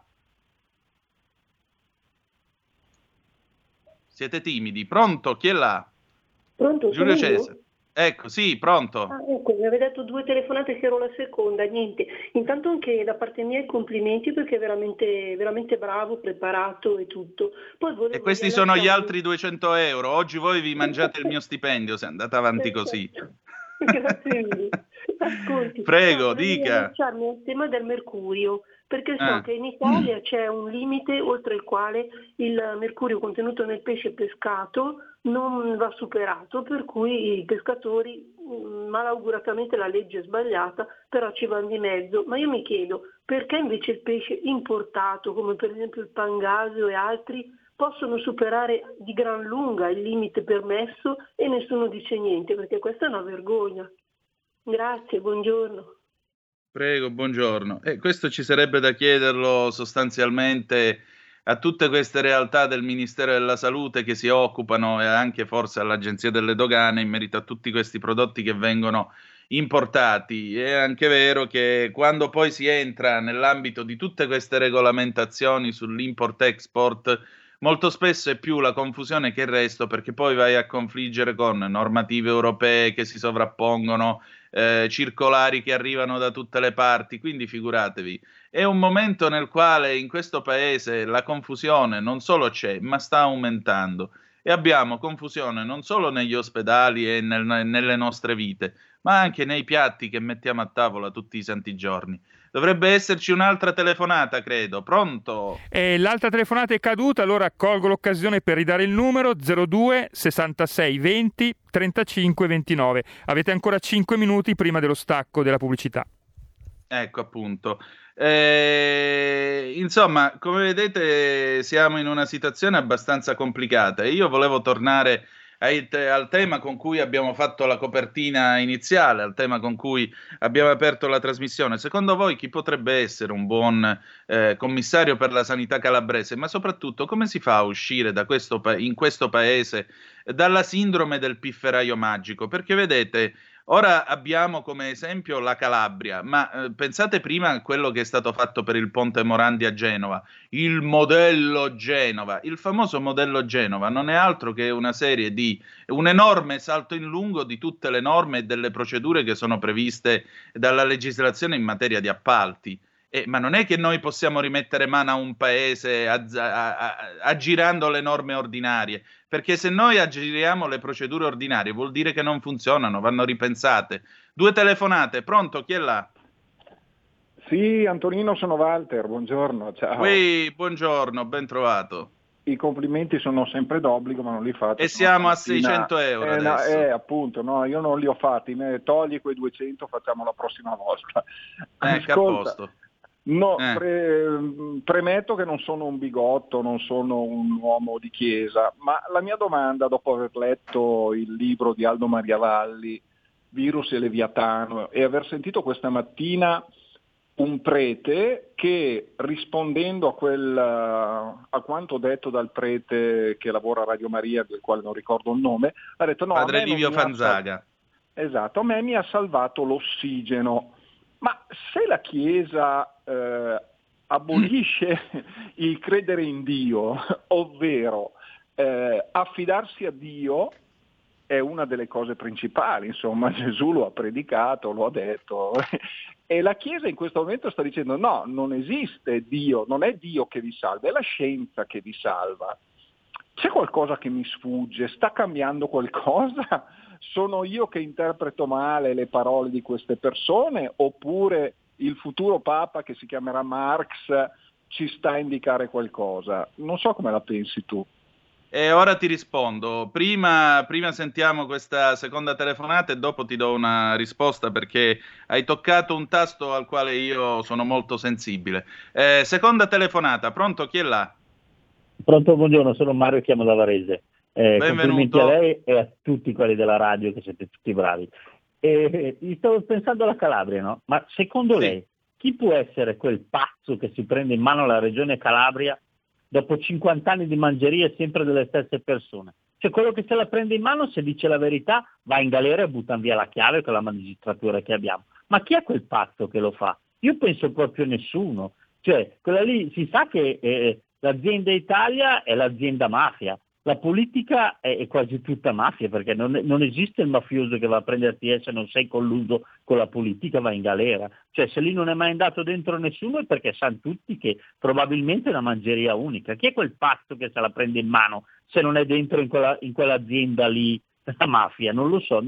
Siete timidi. Pronto? Chi è là? Pronto? Giulio Cesare. Ecco, sì, pronto. Ecco, mi aveva detto 2 telefonate che ero la seconda, niente. Intanto anche da parte mia i complimenti perché è veramente, veramente bravo, preparato e tutto. Poi e questi sono gli altri 200 euro. Oggi voi vi mangiate il mio stipendio se andate avanti così. Grazie mille. Ascolti, prego, dica. lasciarmi al tema del mercurio, perché so che in Italia c'è un limite oltre il quale il mercurio contenuto nel pesce pescato non va superato, per cui i pescatori, malauguratamente la legge è sbagliata, però ci vanno di mezzo. Ma io mi chiedo, perché invece il pesce importato, come per esempio il pangasio e altri, possono superare di gran lunga il limite permesso e nessuno dice niente, perché questa è una vergogna. Grazie, buongiorno. Prego, buongiorno. Questo ci sarebbe da chiederlo sostanzialmente a tutte queste realtà del Ministero della Salute che si occupano e anche forse all'Agenzia delle Dogane in merito a tutti questi prodotti che vengono importati. È anche vero che quando poi si entra nell'ambito di tutte queste regolamentazioni sull'import-export, molto spesso è più la confusione che il resto, perché poi vai a confliggere con normative europee che si sovrappongono, circolari che arrivano da tutte le parti, quindi figuratevi. È un momento nel quale in questo paese la confusione non solo c'è, ma sta aumentando. E abbiamo confusione non solo negli ospedali e nelle nostre vite, ma anche nei piatti che mettiamo a tavola tutti i santi giorni. Dovrebbe esserci un'altra telefonata, credo. Pronto? L'altra telefonata è caduta, allora colgo l'occasione per ridare il numero 02 66 20 35 29. Avete ancora 5 minuti prima dello stacco della pubblicità. Ecco, appunto. Insomma, come vedete siamo in una situazione abbastanza complicata e io volevo tornare al tema con cui abbiamo fatto la copertina iniziale, al tema con cui abbiamo aperto la trasmissione. Secondo voi chi potrebbe essere un buon commissario per la sanità calabrese? Ma soprattutto come si fa a uscire da in questo paese dalla sindrome del pifferaio magico? Perché vedete, ora abbiamo come esempio la Calabria, ma pensate prima a quello che è stato fatto per il Ponte Morandi a Genova, il modello Genova. Il famoso modello Genova non è altro che una serie di un enorme salto in lungo di tutte le norme e delle procedure che sono previste dalla legislazione in materia di appalti. Ma non è che noi possiamo rimettere mano a un paese aggirando le norme ordinarie, perché se noi aggiriamo le procedure ordinarie vuol dire che non funzionano, vanno ripensate. 2 telefonate, pronto? Chi è là? Sì, Antonino, sono Walter, buongiorno, ciao. Buongiorno, ben trovato. I complimenti sono sempre d'obbligo, ma non li faccio. E siamo a 600 euro adesso. Appunto, no, io non li ho fatti, togli quei 200, facciamo la prossima volta. Ascolta, a posto. No, premetto che non sono un bigotto, non sono un uomo di chiesa, ma la mia domanda, dopo aver letto il libro di Aldo Mariavalli, Virus e Leviatano, e aver sentito questa mattina un prete che, rispondendo a quanto detto dal prete che lavora a Radio Maria, del quale non ricordo il nome, ha detto no, Padre Livio Fanzaga. Esatto, a me mi ha salvato l'ossigeno. Ma se la Chiesa abolisce il credere in Dio, ovvero affidarsi a Dio, è una delle cose principali, insomma, Gesù lo ha predicato, lo ha detto, e la Chiesa in questo momento sta dicendo no, non esiste Dio, non è Dio che vi salva, è la scienza che vi salva. C'è qualcosa che mi sfugge? Sta cambiando qualcosa? Sono io che interpreto male le parole di queste persone, oppure il futuro Papa, che si chiamerà Marx, ci sta a indicare qualcosa? Non so come la pensi tu. E ora ti rispondo. Prima sentiamo questa seconda telefonata e dopo ti do una risposta, perché hai toccato un tasto al quale io sono molto sensibile. Seconda telefonata, pronto? Chi è là? Pronto, buongiorno, sono Mario, chiamo da Varese. Complimenti Benvenuto. a lei e a tutti quelli della radio, che siete tutti bravi. Stavo pensando alla Calabria, no? Ma secondo lei chi può essere quel pazzo che si prende in mano la regione Calabria dopo 50 anni di mangerie sempre delle stesse persone? Cioè quello che se la prende in mano, se dice la verità, va in galera e buttano via la chiave con la magistratura che abbiamo. Ma chi è quel pazzo che lo fa? Io penso proprio nessuno. Cioè quella lì si sa che l'azienda Italia è l'azienda mafia. La politica è quasi tutta mafia, perché non esiste il mafioso che va a prenderti e se non sei colluso con la politica va in galera. Cioè se lì non è mai andato dentro nessuno è perché sanno tutti che probabilmente è una mangeria unica. Chi è quel pazzo che se la prende in mano se non è dentro in quell'azienda lì la mafia? Non lo so,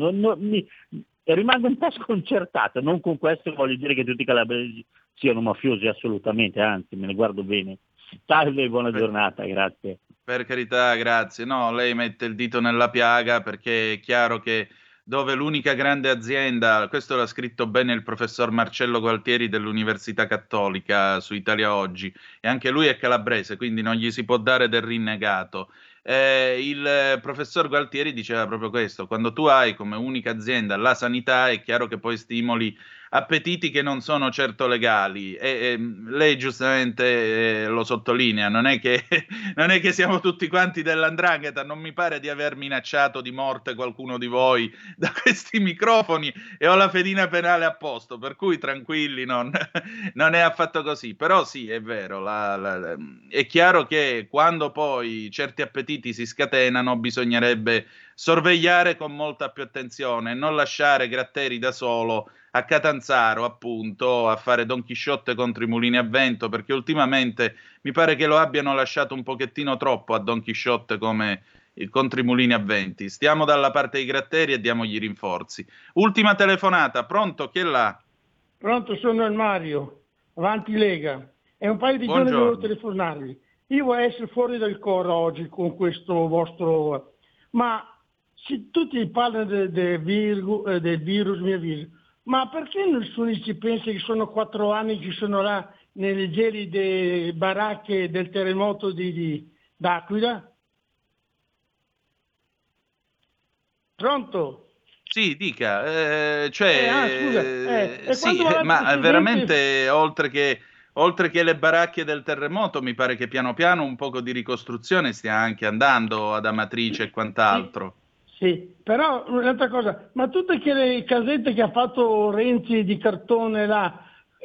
rimango un po' sconcertato. Non con questo voglio dire che tutti i calabresi siano mafiosi, assolutamente, anzi me ne guardo bene. Salve, buona giornata, grazie. Per carità, grazie. No, lei mette il dito nella piaga, perché è chiaro che dove l'unica grande azienda, questo l'ha scritto bene il professor Marcello Gualtieri dell'Università Cattolica su Italia Oggi, e anche lui è calabrese, quindi non gli si può dare del rinnegato. Il professor Gualtieri diceva proprio questo: quando tu hai come unica azienda la sanità, è chiaro che poi stimoli appetiti che non sono certo legali, e lei giustamente lo sottolinea, non è che siamo tutti quanti dell''ndrangheta, non mi pare di aver minacciato di morte qualcuno di voi da questi microfoni, e ho la fedina penale a posto, per cui tranquilli, non è affatto così. Però sì, è vero, è chiaro che quando poi certi appetiti si scatenano bisognerebbe sorvegliare con molta più attenzione e non lasciare Gratteri da solo a Catanzaro, appunto, a fare Don Chisciotte contro i mulini a vento, perché ultimamente mi pare che lo abbiano lasciato un pochettino troppo a Don Chisciotte come contro i mulini a venti. Stiamo dalla parte dei Gratteri e diamogli rinforzi. Ultima telefonata, pronto? Chi è là? Pronto, sono il Mario, avanti Lega. È un paio di giorni che volevo telefonarvi. Io voglio essere fuori dal coro oggi con questo vostro... Ma se tutti parlano del virus, ma perché nessuno ci pensa che sono 4 anni che sono là nelle gelide baracche del terremoto d'Aquila? Pronto? Sì, dica. Sì, ma veramente oltre che le baracche del terremoto, mi pare che piano piano un poco di ricostruzione stia anche andando ad Amatrice e quant'altro. Sì, però un'altra cosa, ma tutte le casette che ha fatto Renzi di cartone là,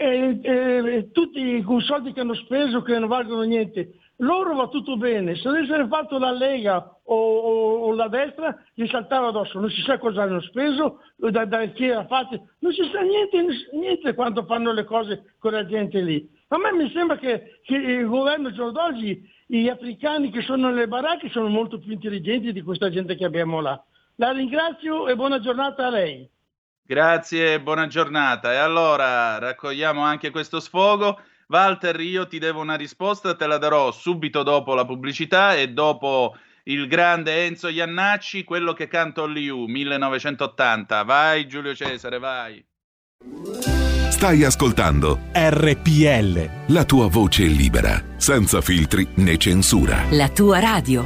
tutti con soldi che hanno speso che non valgono niente, loro va tutto bene, se avessero fatto la Lega o la destra gli saltava addosso, non si sa cosa hanno speso, da chi ha fatto, non si sa niente quando fanno le cose con la gente lì. A me mi sembra che il governo giorno d'oggi, gli africani che sono nelle baracche sono molto più intelligenti di questa gente che abbiamo là. La ringrazio e buona giornata a lei. Grazie, buona giornata. E allora raccogliamo anche questo sfogo. Walter, io ti devo una risposta, te la darò subito dopo la pubblicità e dopo il grande Enzo Iannacci, quello che canta Only You, 1980. Vai Giulio Cesare, vai. Stai ascoltando RPL. La tua voce libera, senza filtri né censura. La tua radio.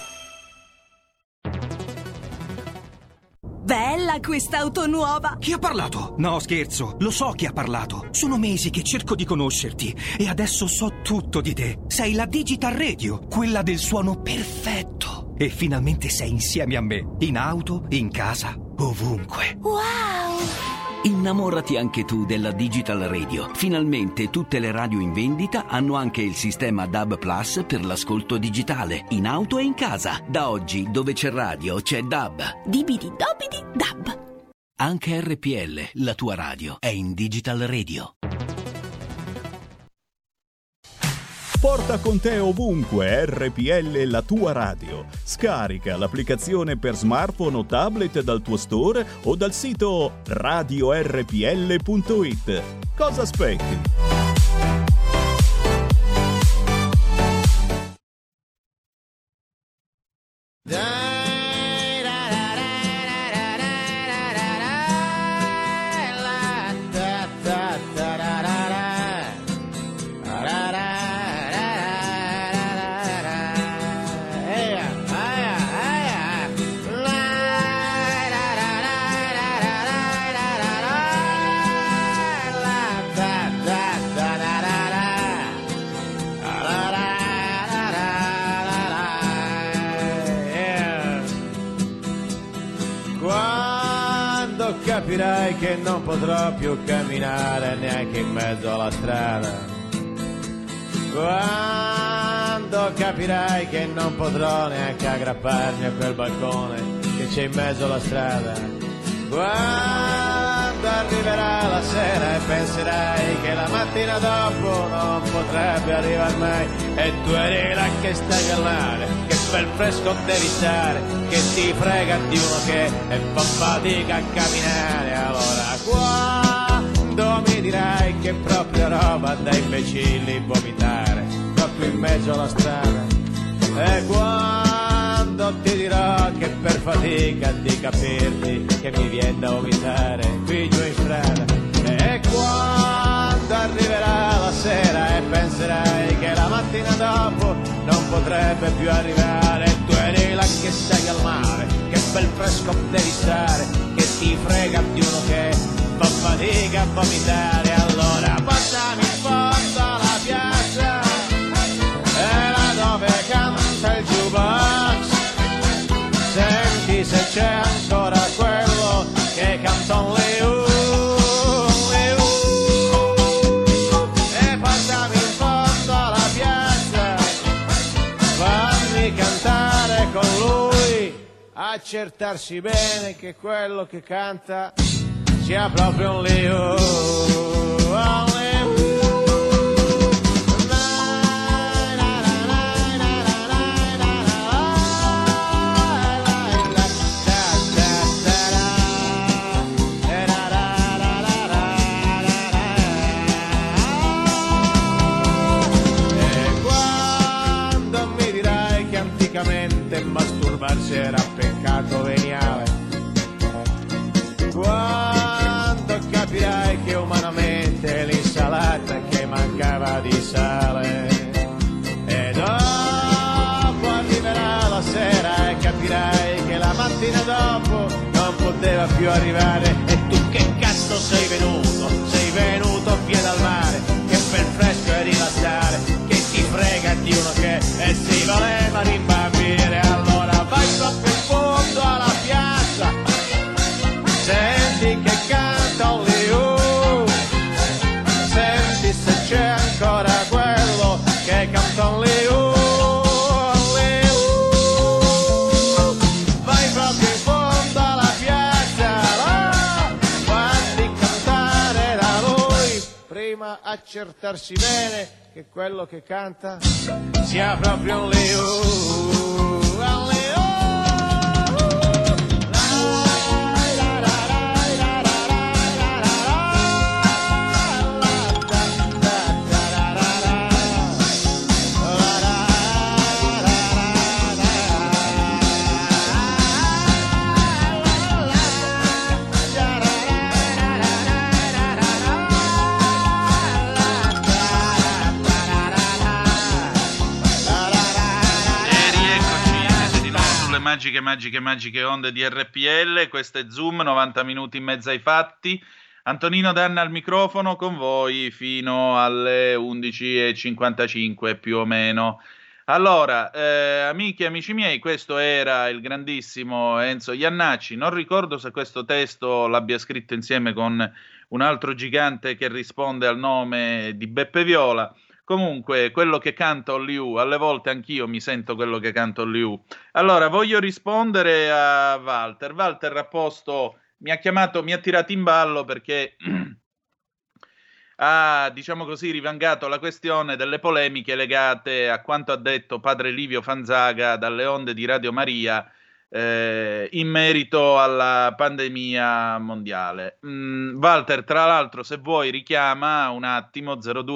Bella quest'auto nuova! Chi ha parlato? No, scherzo, lo so chi ha parlato. Sono mesi che cerco di conoscerti e adesso so tutto di te. Sei la Digital Radio, quella del suono perfetto. E finalmente sei insieme a me, in auto, in casa, ovunque. Wow! Innamorati anche tu della Digital Radio. Finalmente tutte le radio in vendita hanno anche il sistema DAB Plus per l'ascolto digitale, in auto e in casa. Da oggi, dove c'è radio, c'è DAB. Dibidi dobidi dab. Anche RPL, la tua radio, è in Digital Radio. Porta con te ovunque RPL, la tua radio. Scarica l'applicazione per smartphone o tablet dal tuo store o dal sito radiorpl.it. Cosa aspetti? Capirai che non potrò più camminare neanche in mezzo alla strada. Quando capirai che non potrò neanche aggrapparmi a quel balcone che c'è in mezzo alla strada. Quando arriverà la sera e penserai che la mattina dopo non potrebbe arrivare mai, e tu eri là che stai al mare, che bel fresco devi stare, che ti frega di uno che fa fatica a camminare. Allora quando mi dirai che è proprio roba da imbecilli vomitare proprio in mezzo alla strada, e quando ti dirò che per fatica di capirti che mi viene da vomitare qui giù in strada, e quando arriverà la sera e penserai che la mattina dopo non potrebbe più arrivare, e tu eri là che stai al mare, che bel fresco devi stare, che ti frega di uno che fa fatica a vomitare. Allora passami in fondo alla piazza, è là dove canta il jukebox, senti se c'è ancora quello che canta un Leu, e passami in fondo alla piazza, fammi cantare con lui, accertarsi bene che quello che canta sia proprio un Leu. Masturbarsi era peccato veniale, quando capirai che umanamente l'insalata che mancava di sale, e dopo arriverà la sera e capirai che la mattina dopo non poteva più arrivare, e tu che cazzo sei venuto via dal mare, che per fresco e rilassare, che ti frega di uno che si voleva rimbambire. Allora vai troppo in fondo alla piazza, senti che canta un Leu, senti se c'è ancora quello che canta un Leu, vai proprio in fondo alla piazza, fatti cantare da lui, prima accertarsi bene che quello che canta sia proprio un Leu. magiche onde di RPL. Questo è Zoom, 90 minuti in mezzo ai fatti. Antonino Danna al microfono con voi fino alle 11:55 più o meno. Allora, amiche e amici miei, questo era il grandissimo Enzo Iannacci. Non ricordo se questo testo l'abbia scritto insieme con un altro gigante che risponde al nome di Beppe Viola. Comunque, quello che canta Olliù, alle volte anch'io mi sento quello che canta Olliù. Allora, voglio rispondere a Walter. Walter mi ha tirato in ballo perché ha, diciamo così, rivangato la questione delle polemiche legate a quanto ha detto padre Livio Fanzaga dalle onde di Radio Maria in merito alla pandemia mondiale. Walter, tra l'altro, se vuoi richiama un attimo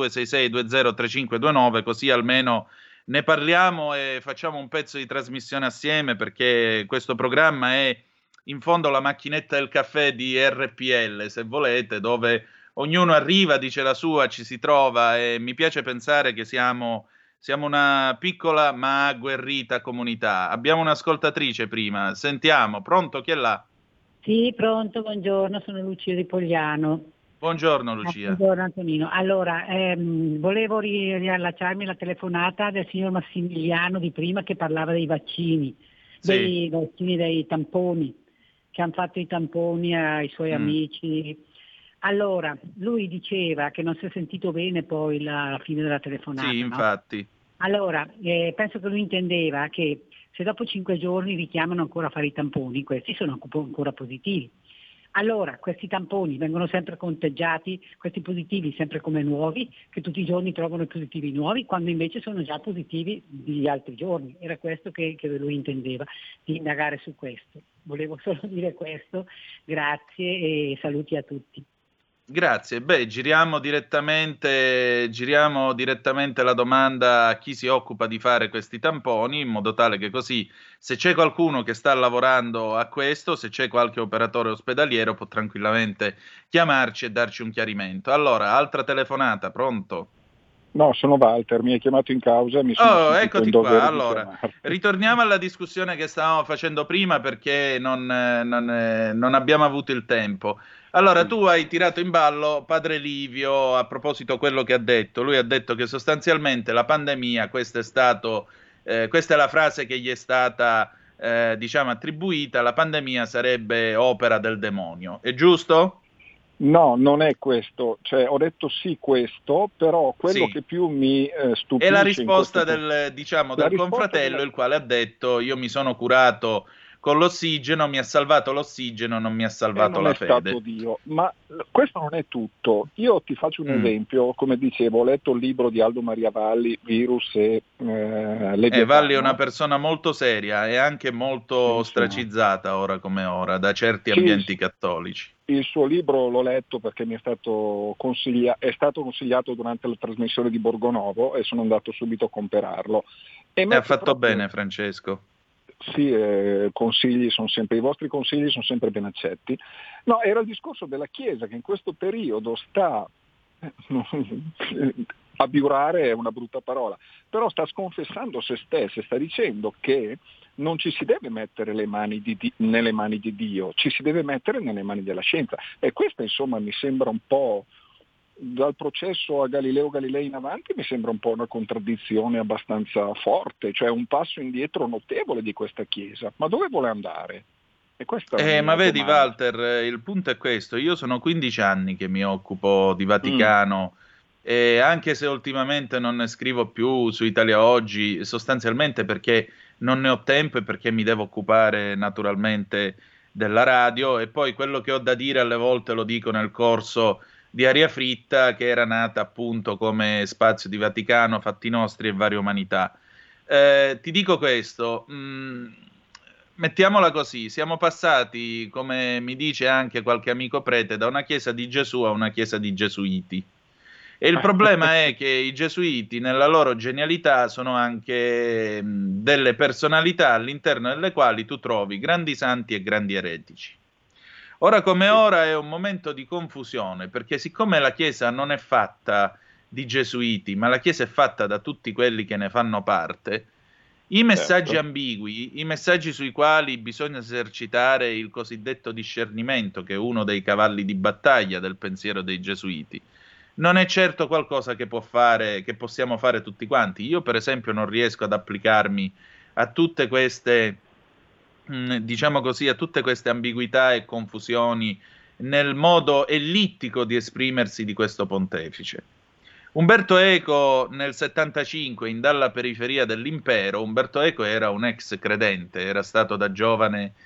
0266203529, così almeno ne parliamo e facciamo un pezzo di trasmissione assieme, perché questo programma è in fondo la macchinetta del caffè di RPL, se volete, dove ognuno arriva, dice la sua, ci si trova, e mi piace pensare che siamo una piccola ma agguerrita comunità. Abbiamo un'ascoltatrice prima, sentiamo. Pronto, chi è là? Sì, pronto, buongiorno, sono Lucia di Pogliano. Buongiorno Lucia. Buongiorno Antonino. Allora, volevo riallacciarmi alla telefonata del signor Massimiliano di prima, che parlava dei vaccini, dei vaccini, dei tamponi, che hanno fatto i tamponi ai suoi amici. Allora, lui diceva che non si è sentito bene poi la fine della telefonata. Sì, infatti. No? Allora, penso che lui intendeva che se dopo 5 giorni richiamano ancora a fare i tamponi, questi sono ancora positivi. Allora, questi tamponi vengono sempre conteggiati, questi positivi sempre come nuovi, che tutti i giorni trovano i positivi nuovi, quando invece sono già positivi di altri giorni. Era questo che lui intendeva, di indagare su questo. Volevo solo dire questo, grazie e saluti a tutti. Grazie. Giriamo direttamente la domanda a chi si occupa di fare questi tamponi, in modo tale che così, se c'è qualcuno che sta lavorando a questo, se c'è qualche operatore ospedaliero, può tranquillamente chiamarci e darci un chiarimento. Allora, altra telefonata, pronto? No, sono Walter, mi hai chiamato in causa e mi sono eccoti qua. Allora, ritorniamo alla discussione che stavamo facendo prima, perché non abbiamo avuto il tempo. Allora, tu hai tirato in ballo padre Livio a proposito quello che ha detto. Lui ha detto che sostanzialmente la pandemia, questa è la frase che gli è stata attribuita, la pandemia sarebbe opera del demonio. È giusto? No, non è questo, cioè ho detto sì questo, però quello che più mi stupisce... È la risposta del confratello, il quale ha detto: io mi sono curato con l'ossigeno, mi ha salvato l'ossigeno, non mi ha salvato la fede. Non è stato Dio, ma questo non è tutto. Io ti faccio un esempio, come dicevo, ho letto il libro di Aldo Maria Valli, Virus e Leviatano. Valli è una persona molto seria e anche molto ostracizzata ora come ora da certi ambienti cattolici. Il suo libro l'ho letto perché mi è stato consigliato durante la trasmissione di Borgonovo e sono andato subito a comprarlo. E ha fatto bene, Francesco. Sì, i vostri consigli sono sempre ben accetti. No, era il discorso della Chiesa che in questo periodo sta abiurare è una brutta parola, però sta sconfessando se stessa, sta dicendo che non ci si deve mettere nelle mani di Dio, ci si deve mettere nelle mani della scienza, e questa insomma mi sembra un po', dal processo a Galileo Galilei in avanti, mi sembra un po' una contraddizione abbastanza forte, cioè un passo indietro notevole di questa Chiesa. Ma dove vuole andare? E ma vedi Walter, il punto è questo: io sono 15 anni che mi occupo di Vaticano, e anche se ultimamente non ne scrivo più su Italia Oggi, sostanzialmente perché non ne ho tempo e perché mi devo occupare naturalmente della radio, e poi quello che ho da dire alle volte lo dico nel corso di Aria Fritta, che era nata appunto come spazio di Vaticano, Fatti Nostri e Varie Umanità. Ti dico questo, mettiamola così: siamo passati, come mi dice anche qualche amico prete, da una chiesa di Gesù a una chiesa di gesuiti. E il problema è che i gesuiti, nella loro genialità, sono anche delle personalità all'interno delle quali tu trovi grandi santi e grandi eretici. Ora come ora è un momento di confusione, perché siccome la Chiesa non è fatta di gesuiti, ma la Chiesa è fatta da tutti quelli che ne fanno parte, I messaggi ambigui, i messaggi sui quali bisogna esercitare il cosiddetto discernimento, che è uno dei cavalli di battaglia del pensiero dei gesuiti, non è certo qualcosa che possiamo fare tutti quanti. Io, per esempio, non riesco ad applicarmi a tutte queste, diciamo così, a tutte queste ambiguità e confusioni nel modo ellittico di esprimersi di questo pontefice. Umberto Eco nel 75, in Dalla periferia dell'impero, Umberto Eco era un ex credente, era stato da giovane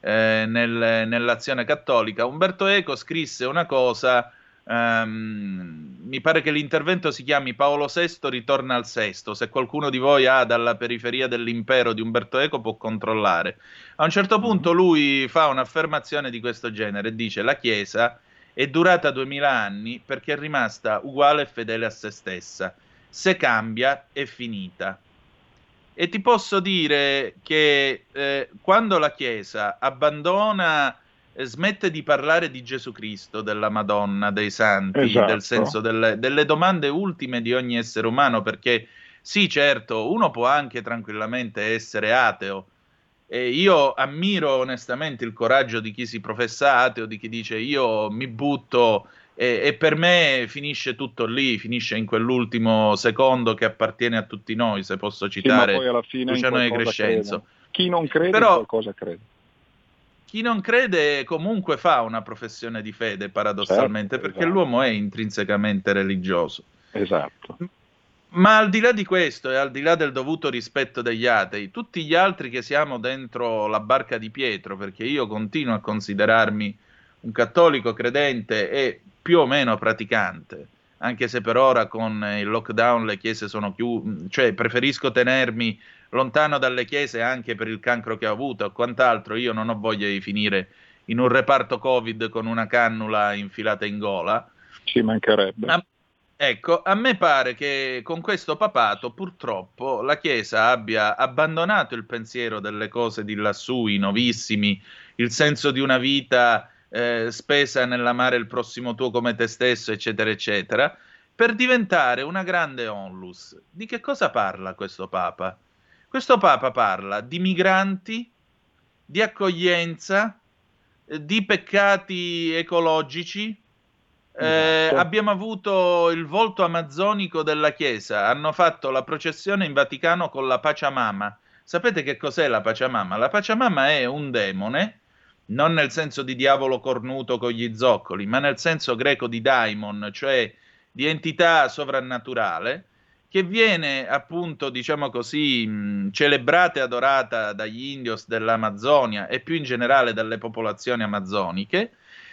nell'azione cattolica. Umberto Eco scrisse una cosa, mi pare che l'intervento si chiami Paolo VI ritorna al sesto. Se qualcuno di voi ha Dalla periferia dell'impero di Umberto Eco può controllare. A un certo punto lui fa un'affermazione di questo genere e dice: la Chiesa è durata 2000 anni perché è rimasta uguale e fedele a se stessa. Se cambia, è finita. E ti posso dire che quando la Chiesa abbandona, smette di parlare di Gesù Cristo, della Madonna, dei santi, Esatto. del senso delle domande ultime di ogni essere umano, perché sì, certo, uno può anche tranquillamente essere ateo. E io ammiro onestamente il coraggio di chi si professa ateo, di chi dice io mi butto e per me finisce tutto lì, finisce in quell'ultimo secondo che appartiene a tutti noi, se posso citare ma poi alla fine Luciano in De qualcosa Crescenzo. crede. Chi non crede Però, in qualcosa crede. Chi non crede comunque fa una professione di fede, paradossalmente, Certo, perché esatto. l'uomo è intrinsecamente religioso. Esatto. Ma al di là di questo e al di là del dovuto rispetto degli atei, tutti gli altri che siamo dentro la barca di Pietro, perché io continuo a considerarmi un cattolico credente e più o meno praticante, anche se per ora con il lockdown le chiese sono chiuse, cioè preferisco tenermi lontano dalle chiese anche per il cancro che ho avuto o quant'altro. Io non ho voglia di finire in un reparto Covid con una cannula infilata in gola. Ci mancherebbe. Ecco, a me pare che con questo papato purtroppo la Chiesa abbia abbandonato il pensiero delle cose di lassù, i novissimi, il senso di una vita spesa nell'amare il prossimo tuo come te stesso, eccetera, eccetera, per diventare una grande onlus. Di che cosa parla questo Papa? Questo Papa parla di migranti, di accoglienza, di peccati ecologici. Abbiamo avuto il volto amazzonico della Chiesa, hanno fatto la processione in Vaticano con la Pachamama. Sapete che cos'è la Pachamama? La Pachamama è un demone, non nel senso di diavolo cornuto con gli zoccoli, ma nel senso greco di daimon, cioè di entità sovrannaturale, che viene appunto, diciamo così, celebrata e adorata dagli indios dell'Amazzonia e più in generale dalle popolazioni amazzoniche,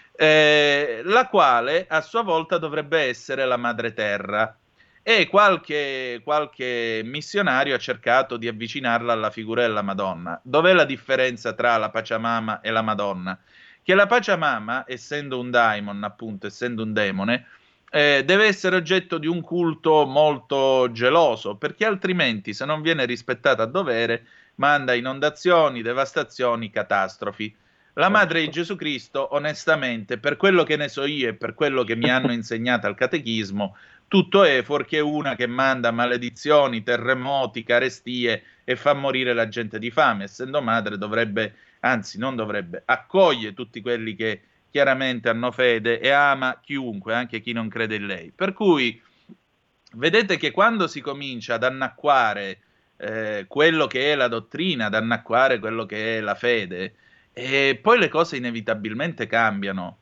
la quale a sua volta dovrebbe essere la madre terra, e qualche missionario ha cercato di avvicinarla alla figura della Madonna. Dov'è la differenza tra la Pachamama e la Madonna? Che la Pachamama, essendo un daimon, appunto, essendo un demone, deve essere oggetto di un culto molto geloso, perché altrimenti, se non viene rispettata a dovere, manda inondazioni, devastazioni, catastrofi. La madre di Gesù Cristo, onestamente, per quello che ne so io e per quello che mi hanno insegnato al catechismo, tutto è fuorché una che manda maledizioni, terremoti, carestie e fa morire la gente di fame. Essendo madre dovrebbe, anzi non dovrebbe, accoglie tutti quelli che chiaramente hanno fede e ama chiunque, anche chi non crede in lei. Per cui vedete che quando si comincia ad annacquare quello che è la dottrina, ad annacquare quello che è la fede, e poi le cose inevitabilmente cambiano.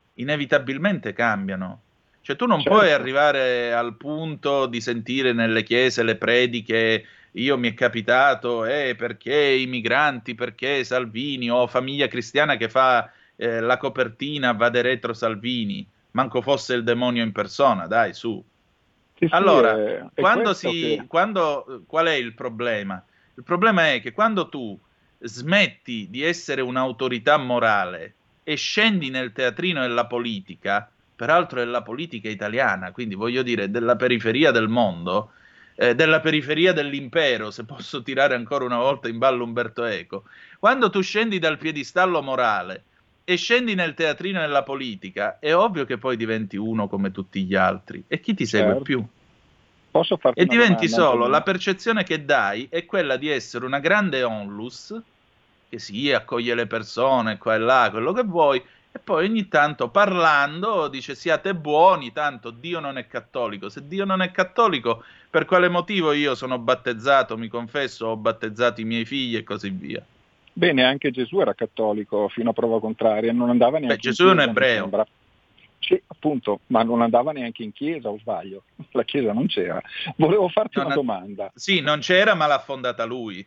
Cioè tu non puoi arrivare al punto di sentire nelle chiese le prediche, io mi è capitato, perché i migranti, perché Salvini, o Famiglia Cristiana che fa la copertina vade retro Salvini, manco fosse il demonio in persona, dai, su. Allora, qual è il problema? Il problema è che quando tu smetti di essere un'autorità morale e scendi nel teatrino della politica, peraltro della politica italiana, quindi voglio dire della periferia del mondo, della periferia dell'impero, se posso tirare ancora una volta in ballo Umberto Eco, quando tu scendi dal piedistallo morale e scendi nel teatrino della politica, è ovvio che poi diventi uno come tutti gli altri. E chi ti segue più? Posso farti e una diventi domanda, solo, Antonino? la percezione che dai è quella di essere una grande onlus, che sì, accoglie le persone qua e là, quello che vuoi, e poi ogni tanto parlando dice siate buoni, tanto Dio non è cattolico. Se Dio non è cattolico, per quale motivo io sono battezzato, mi confesso, ho battezzato i miei figli e così via? Bene, anche Gesù era cattolico fino a prova contraria, non andava neanche Gesù in è un chiesa, mi ebreo. sembra. Sì, appunto, ma non andava neanche in chiesa, o sbaglio? La chiesa non c'era. Volevo farti una domanda. Sì, non c'era, ma l'ha fondata lui.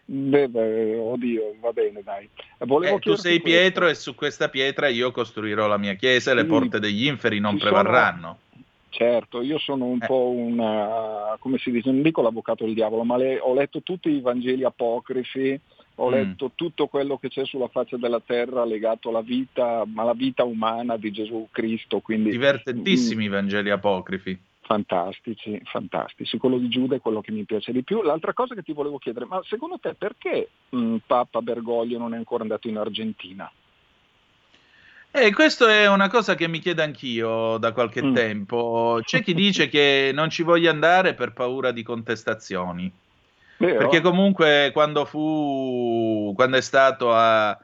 Oddio, va bene, dai. Volevo Tu chiederti sei questo. Pietro e su questa pietra io costruirò la mia chiesa e le Sì, porte degli inferi non ci prevarranno. Certo, io sono un po' come si dice, non dico l'avvocato del diavolo, ma ho letto tutti i Vangeli apocrifi, ho letto tutto quello che c'è sulla faccia della terra legato alla vita, ma la vita umana di Gesù Cristo, quindi Divertentissimi i Vangeli apocrifi. fantastici, quello di Giuda è quello che mi piace di più. L'altra cosa che ti volevo chiedere, ma secondo te perché Papa Bergoglio non è ancora andato in Argentina? Questo è una cosa che mi chiedo anch'io da qualche tempo. C'è chi dice che non ci voglia andare per paura di contestazioni. Vero? Perché comunque quando è stato a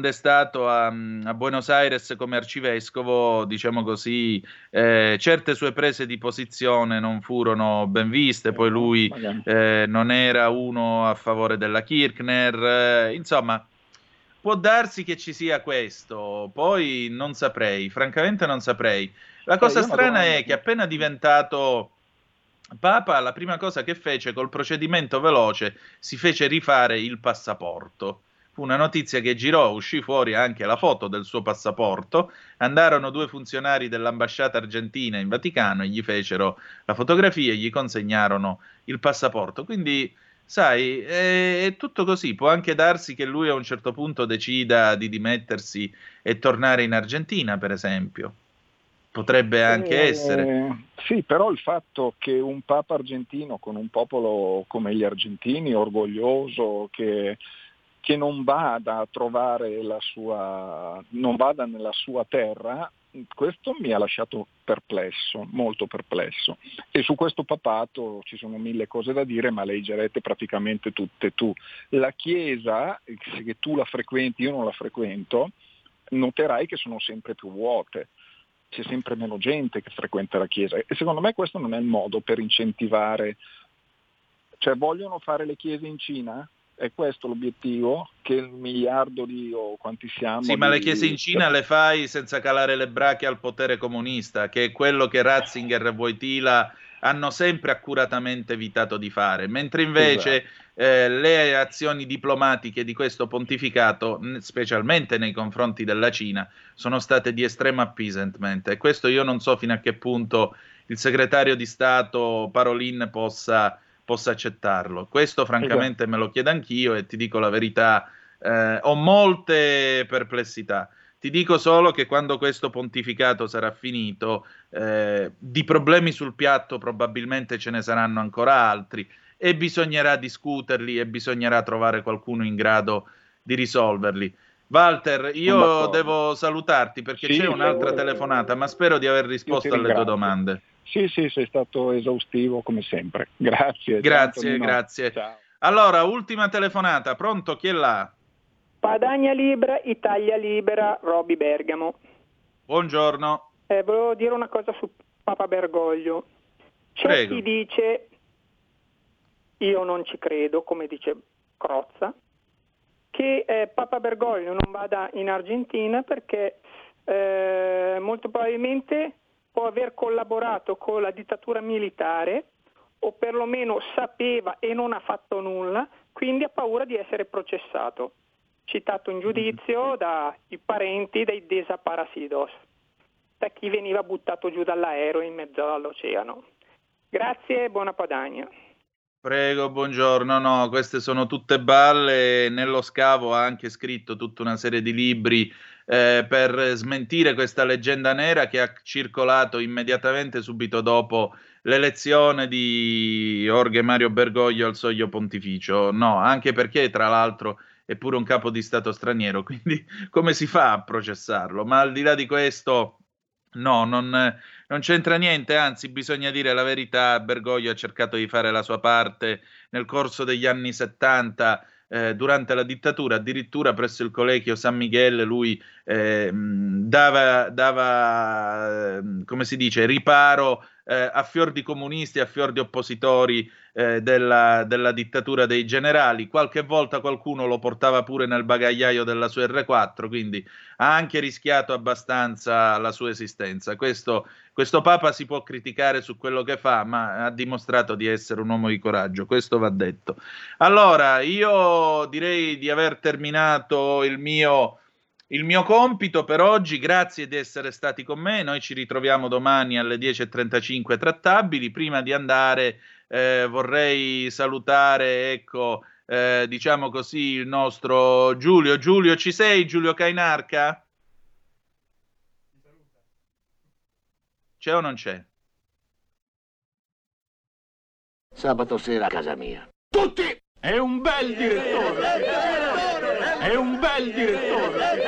Buenos Aires come arcivescovo, diciamo così, certe sue prese di posizione non furono ben viste, poi lui non era uno a favore della Kirchner, insomma, può darsi che ci sia questo, poi non saprei, francamente non saprei. La cosa strana è che appena diventato Papa, la prima cosa che fece col procedimento veloce si fece rifare il passaporto. Fu una notizia che girò, uscì fuori anche la foto del suo passaporto, andarono 2 funzionari dell'ambasciata argentina in Vaticano e gli fecero la fotografia e gli consegnarono il passaporto. Quindi, sai, è tutto così. Può anche darsi che lui a un certo punto decida di dimettersi e tornare in Argentina, per esempio. Potrebbe anche essere. Sì, però il fatto che un Papa argentino con un popolo come gli argentini, orgoglioso, che non vada a trovare non vada nella sua terra, questo mi ha lasciato perplesso, molto perplesso. E su questo papato ci sono 1000 cose da dire, ma le leggerete praticamente tutte tu. La Chiesa, se tu la frequenti, io non la frequento, noterai che sono sempre più vuote. C'è sempre meno gente che frequenta la Chiesa e secondo me questo non è il modo per incentivare, cioè vogliono fare le chiese in Cina? È questo l'obiettivo? Che il miliardo o quanti siamo? Sì, ma le chiese in Cina le fai senza calare le brache al potere comunista, che è quello che Ratzinger e Wojtyla hanno sempre accuratamente evitato di fare, mentre invece le azioni diplomatiche di questo pontificato, specialmente nei confronti della Cina, sono state di estremo appeasement, e questo io non so fino a che punto il segretario di Stato Parolin possa accettarlo. Questo francamente me lo chiedo anch'io e ti dico la verità, ho molte perplessità. Ti dico solo che quando questo pontificato sarà finito, di problemi sul piatto probabilmente ce ne saranno ancora altri e bisognerà discuterli e bisognerà trovare qualcuno in grado di risolverli. Walter, io devo salutarti perché c'è un'altra telefonata, ma spero di aver risposto alle tue domande. Sì, sei stato esaustivo come sempre. Grazie. Grazie. Ciao. Allora, ultima telefonata. Pronto? Chi è là? Padania Libera, Italia Libera, Roby Bergamo. Buongiorno. Volevo dire una cosa su Papa Bergoglio. C'è chi dice, io non ci credo, come dice Crozza, che Papa Bergoglio non vada in Argentina perché molto probabilmente può aver collaborato con la dittatura militare o perlomeno sapeva e non ha fatto nulla, quindi ha paura di essere processato. Citato in giudizio dai parenti dei desaparecidos, da chi veniva buttato giù dall'aereo in mezzo all'oceano. Grazie e buona Padania. Prego, buongiorno. No, queste sono tutte balle. Nello scavo ha anche scritto tutta una serie di libri per smentire questa leggenda nera che ha circolato immediatamente subito dopo l'elezione di Jorge Mario Bergoglio al soglio pontificio. No, anche perché tra l'altro è pure un capo di Stato straniero, quindi come si fa a processarlo? Ma al di là di questo, No, non c'entra niente, anzi bisogna dire la verità, Bergoglio ha cercato di fare la sua parte nel corso degli anni 70, durante la dittatura, addirittura presso il Collegio San Miguel lui dava come si dice, riparo a fior di comunisti, a fior di oppositori della dittatura dei generali. Qualche volta qualcuno lo portava pure nel bagagliaio della sua R4, quindi ha anche rischiato abbastanza la sua esistenza. Questo Papa si può criticare su quello che fa, ma ha dimostrato di essere un uomo di coraggio, questo va detto. Allora, io direi di aver terminato il mio compito per oggi. Grazie di essere stati con me. Noi ci ritroviamo domani alle 10:35 trattabili. Prima di andare vorrei salutare, ecco, diciamo così, il nostro Giulio. Giulio, ci sei? Giulio Cainarca? C'è o non c'è? Sabato sera a casa mia. Tutti! È un bel direttore! È un bel direttore!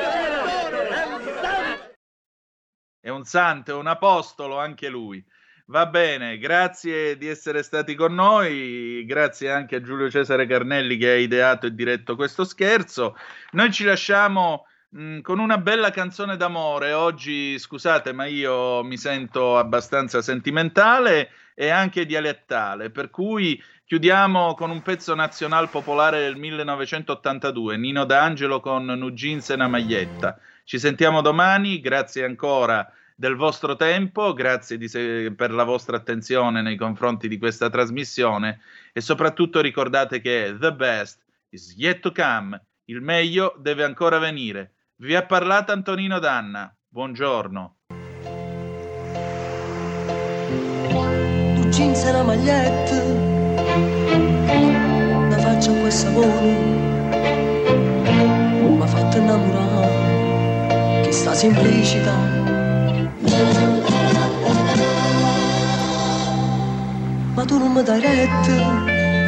È un santo, è un apostolo anche lui. Va bene, grazie di essere stati con noi, grazie anche a Giulio Cesare Carnelli che ha ideato e diretto questo scherzo. Noi ci lasciamo con una bella canzone d'amore. Oggi, scusate, ma io mi sento abbastanza sentimentale e anche dialettale, per cui chiudiamo con un pezzo nazional popolare del 1982, Nino D'Angelo con Nu jeans e una maglietta. Ci sentiamo domani, grazie ancora del vostro tempo, grazie per la vostra attenzione nei confronti di questa trasmissione e soprattutto ricordate che the best is yet to come, il meglio deve ancora venire. Vi ha parlato Antonino Danna, buongiorno. Tu jeans e la maglietta, una faccia un po' sapore, mi ha fatto innamorare, che sta semplicità. Ma tu non mi dai retta,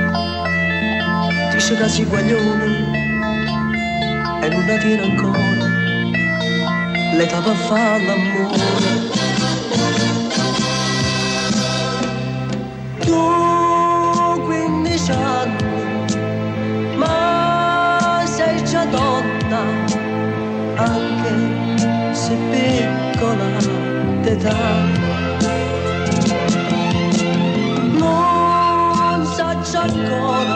dice che sei guaglione e non la tiene ancora l'età per fare l'amore. Tu 15 anni, ma sei già donna, anche se piccola d'età. Non saccio ancora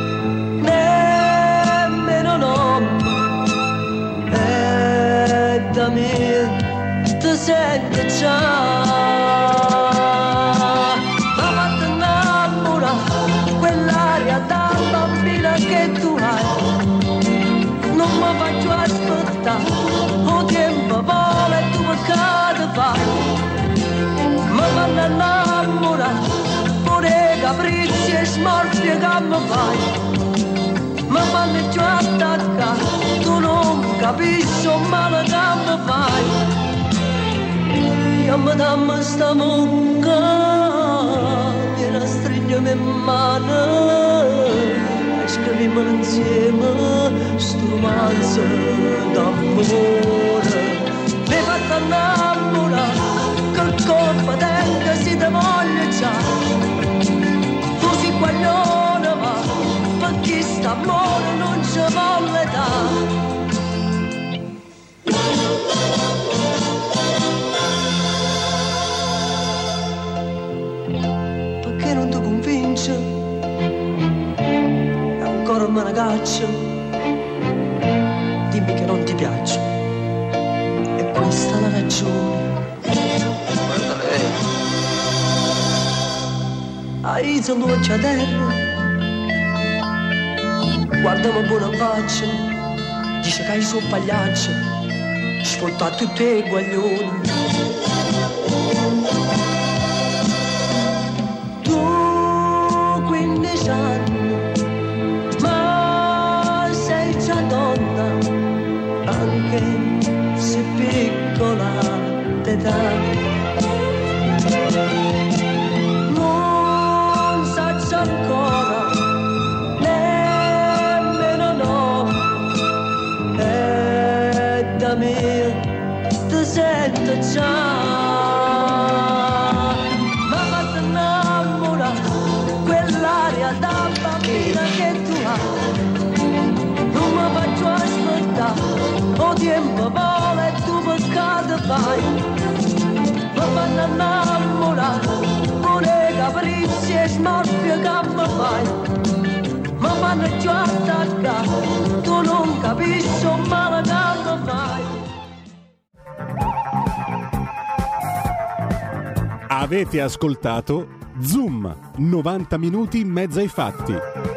nemmeno nome, e da me ti sente già. Ma fatta innamorare quell'aria da bambina che tu hai, non mi faccio aspettare, o tempo vola e tu peccato fai. Mi fanno innamorare pure capricci e smorfie che mi fai, mi fanno già attaccare, tu non capisci un male che mi fai. Io mi dammi sta mucca, vieni a stringermi in mano e scriviamo insieme sto romanzo d'amore. Mi hai fatto innamorare, che colpa tengo se ti voglio già. Tu sei guaglione ma per chi sta amore non ci vuole dare. Perché non ti convince? Ancora me ne caccio, dimmi che non ti piaccio, e questa è la ragione. Hai sono dolce a terra, guardami buona faccia, dice che hai su pagliaccio, sfolta tutti i guaglioni. Tu 15 anni, ma sei già donna, anche se piccola d'età. Ancora nemmeno no, e da me ti sento già. Ma vado innamora quell'aria da bambina che tu hai. Non mi faccio aspettare, o tempo vola e tu peccato fai. Ma vado innamora pure capricci e smorfie che mi fai. Ma vanno già attaccato, tu non capisci un male che mi fai. Avete ascoltato Zoom, 90 minuti in mezzo ai fatti.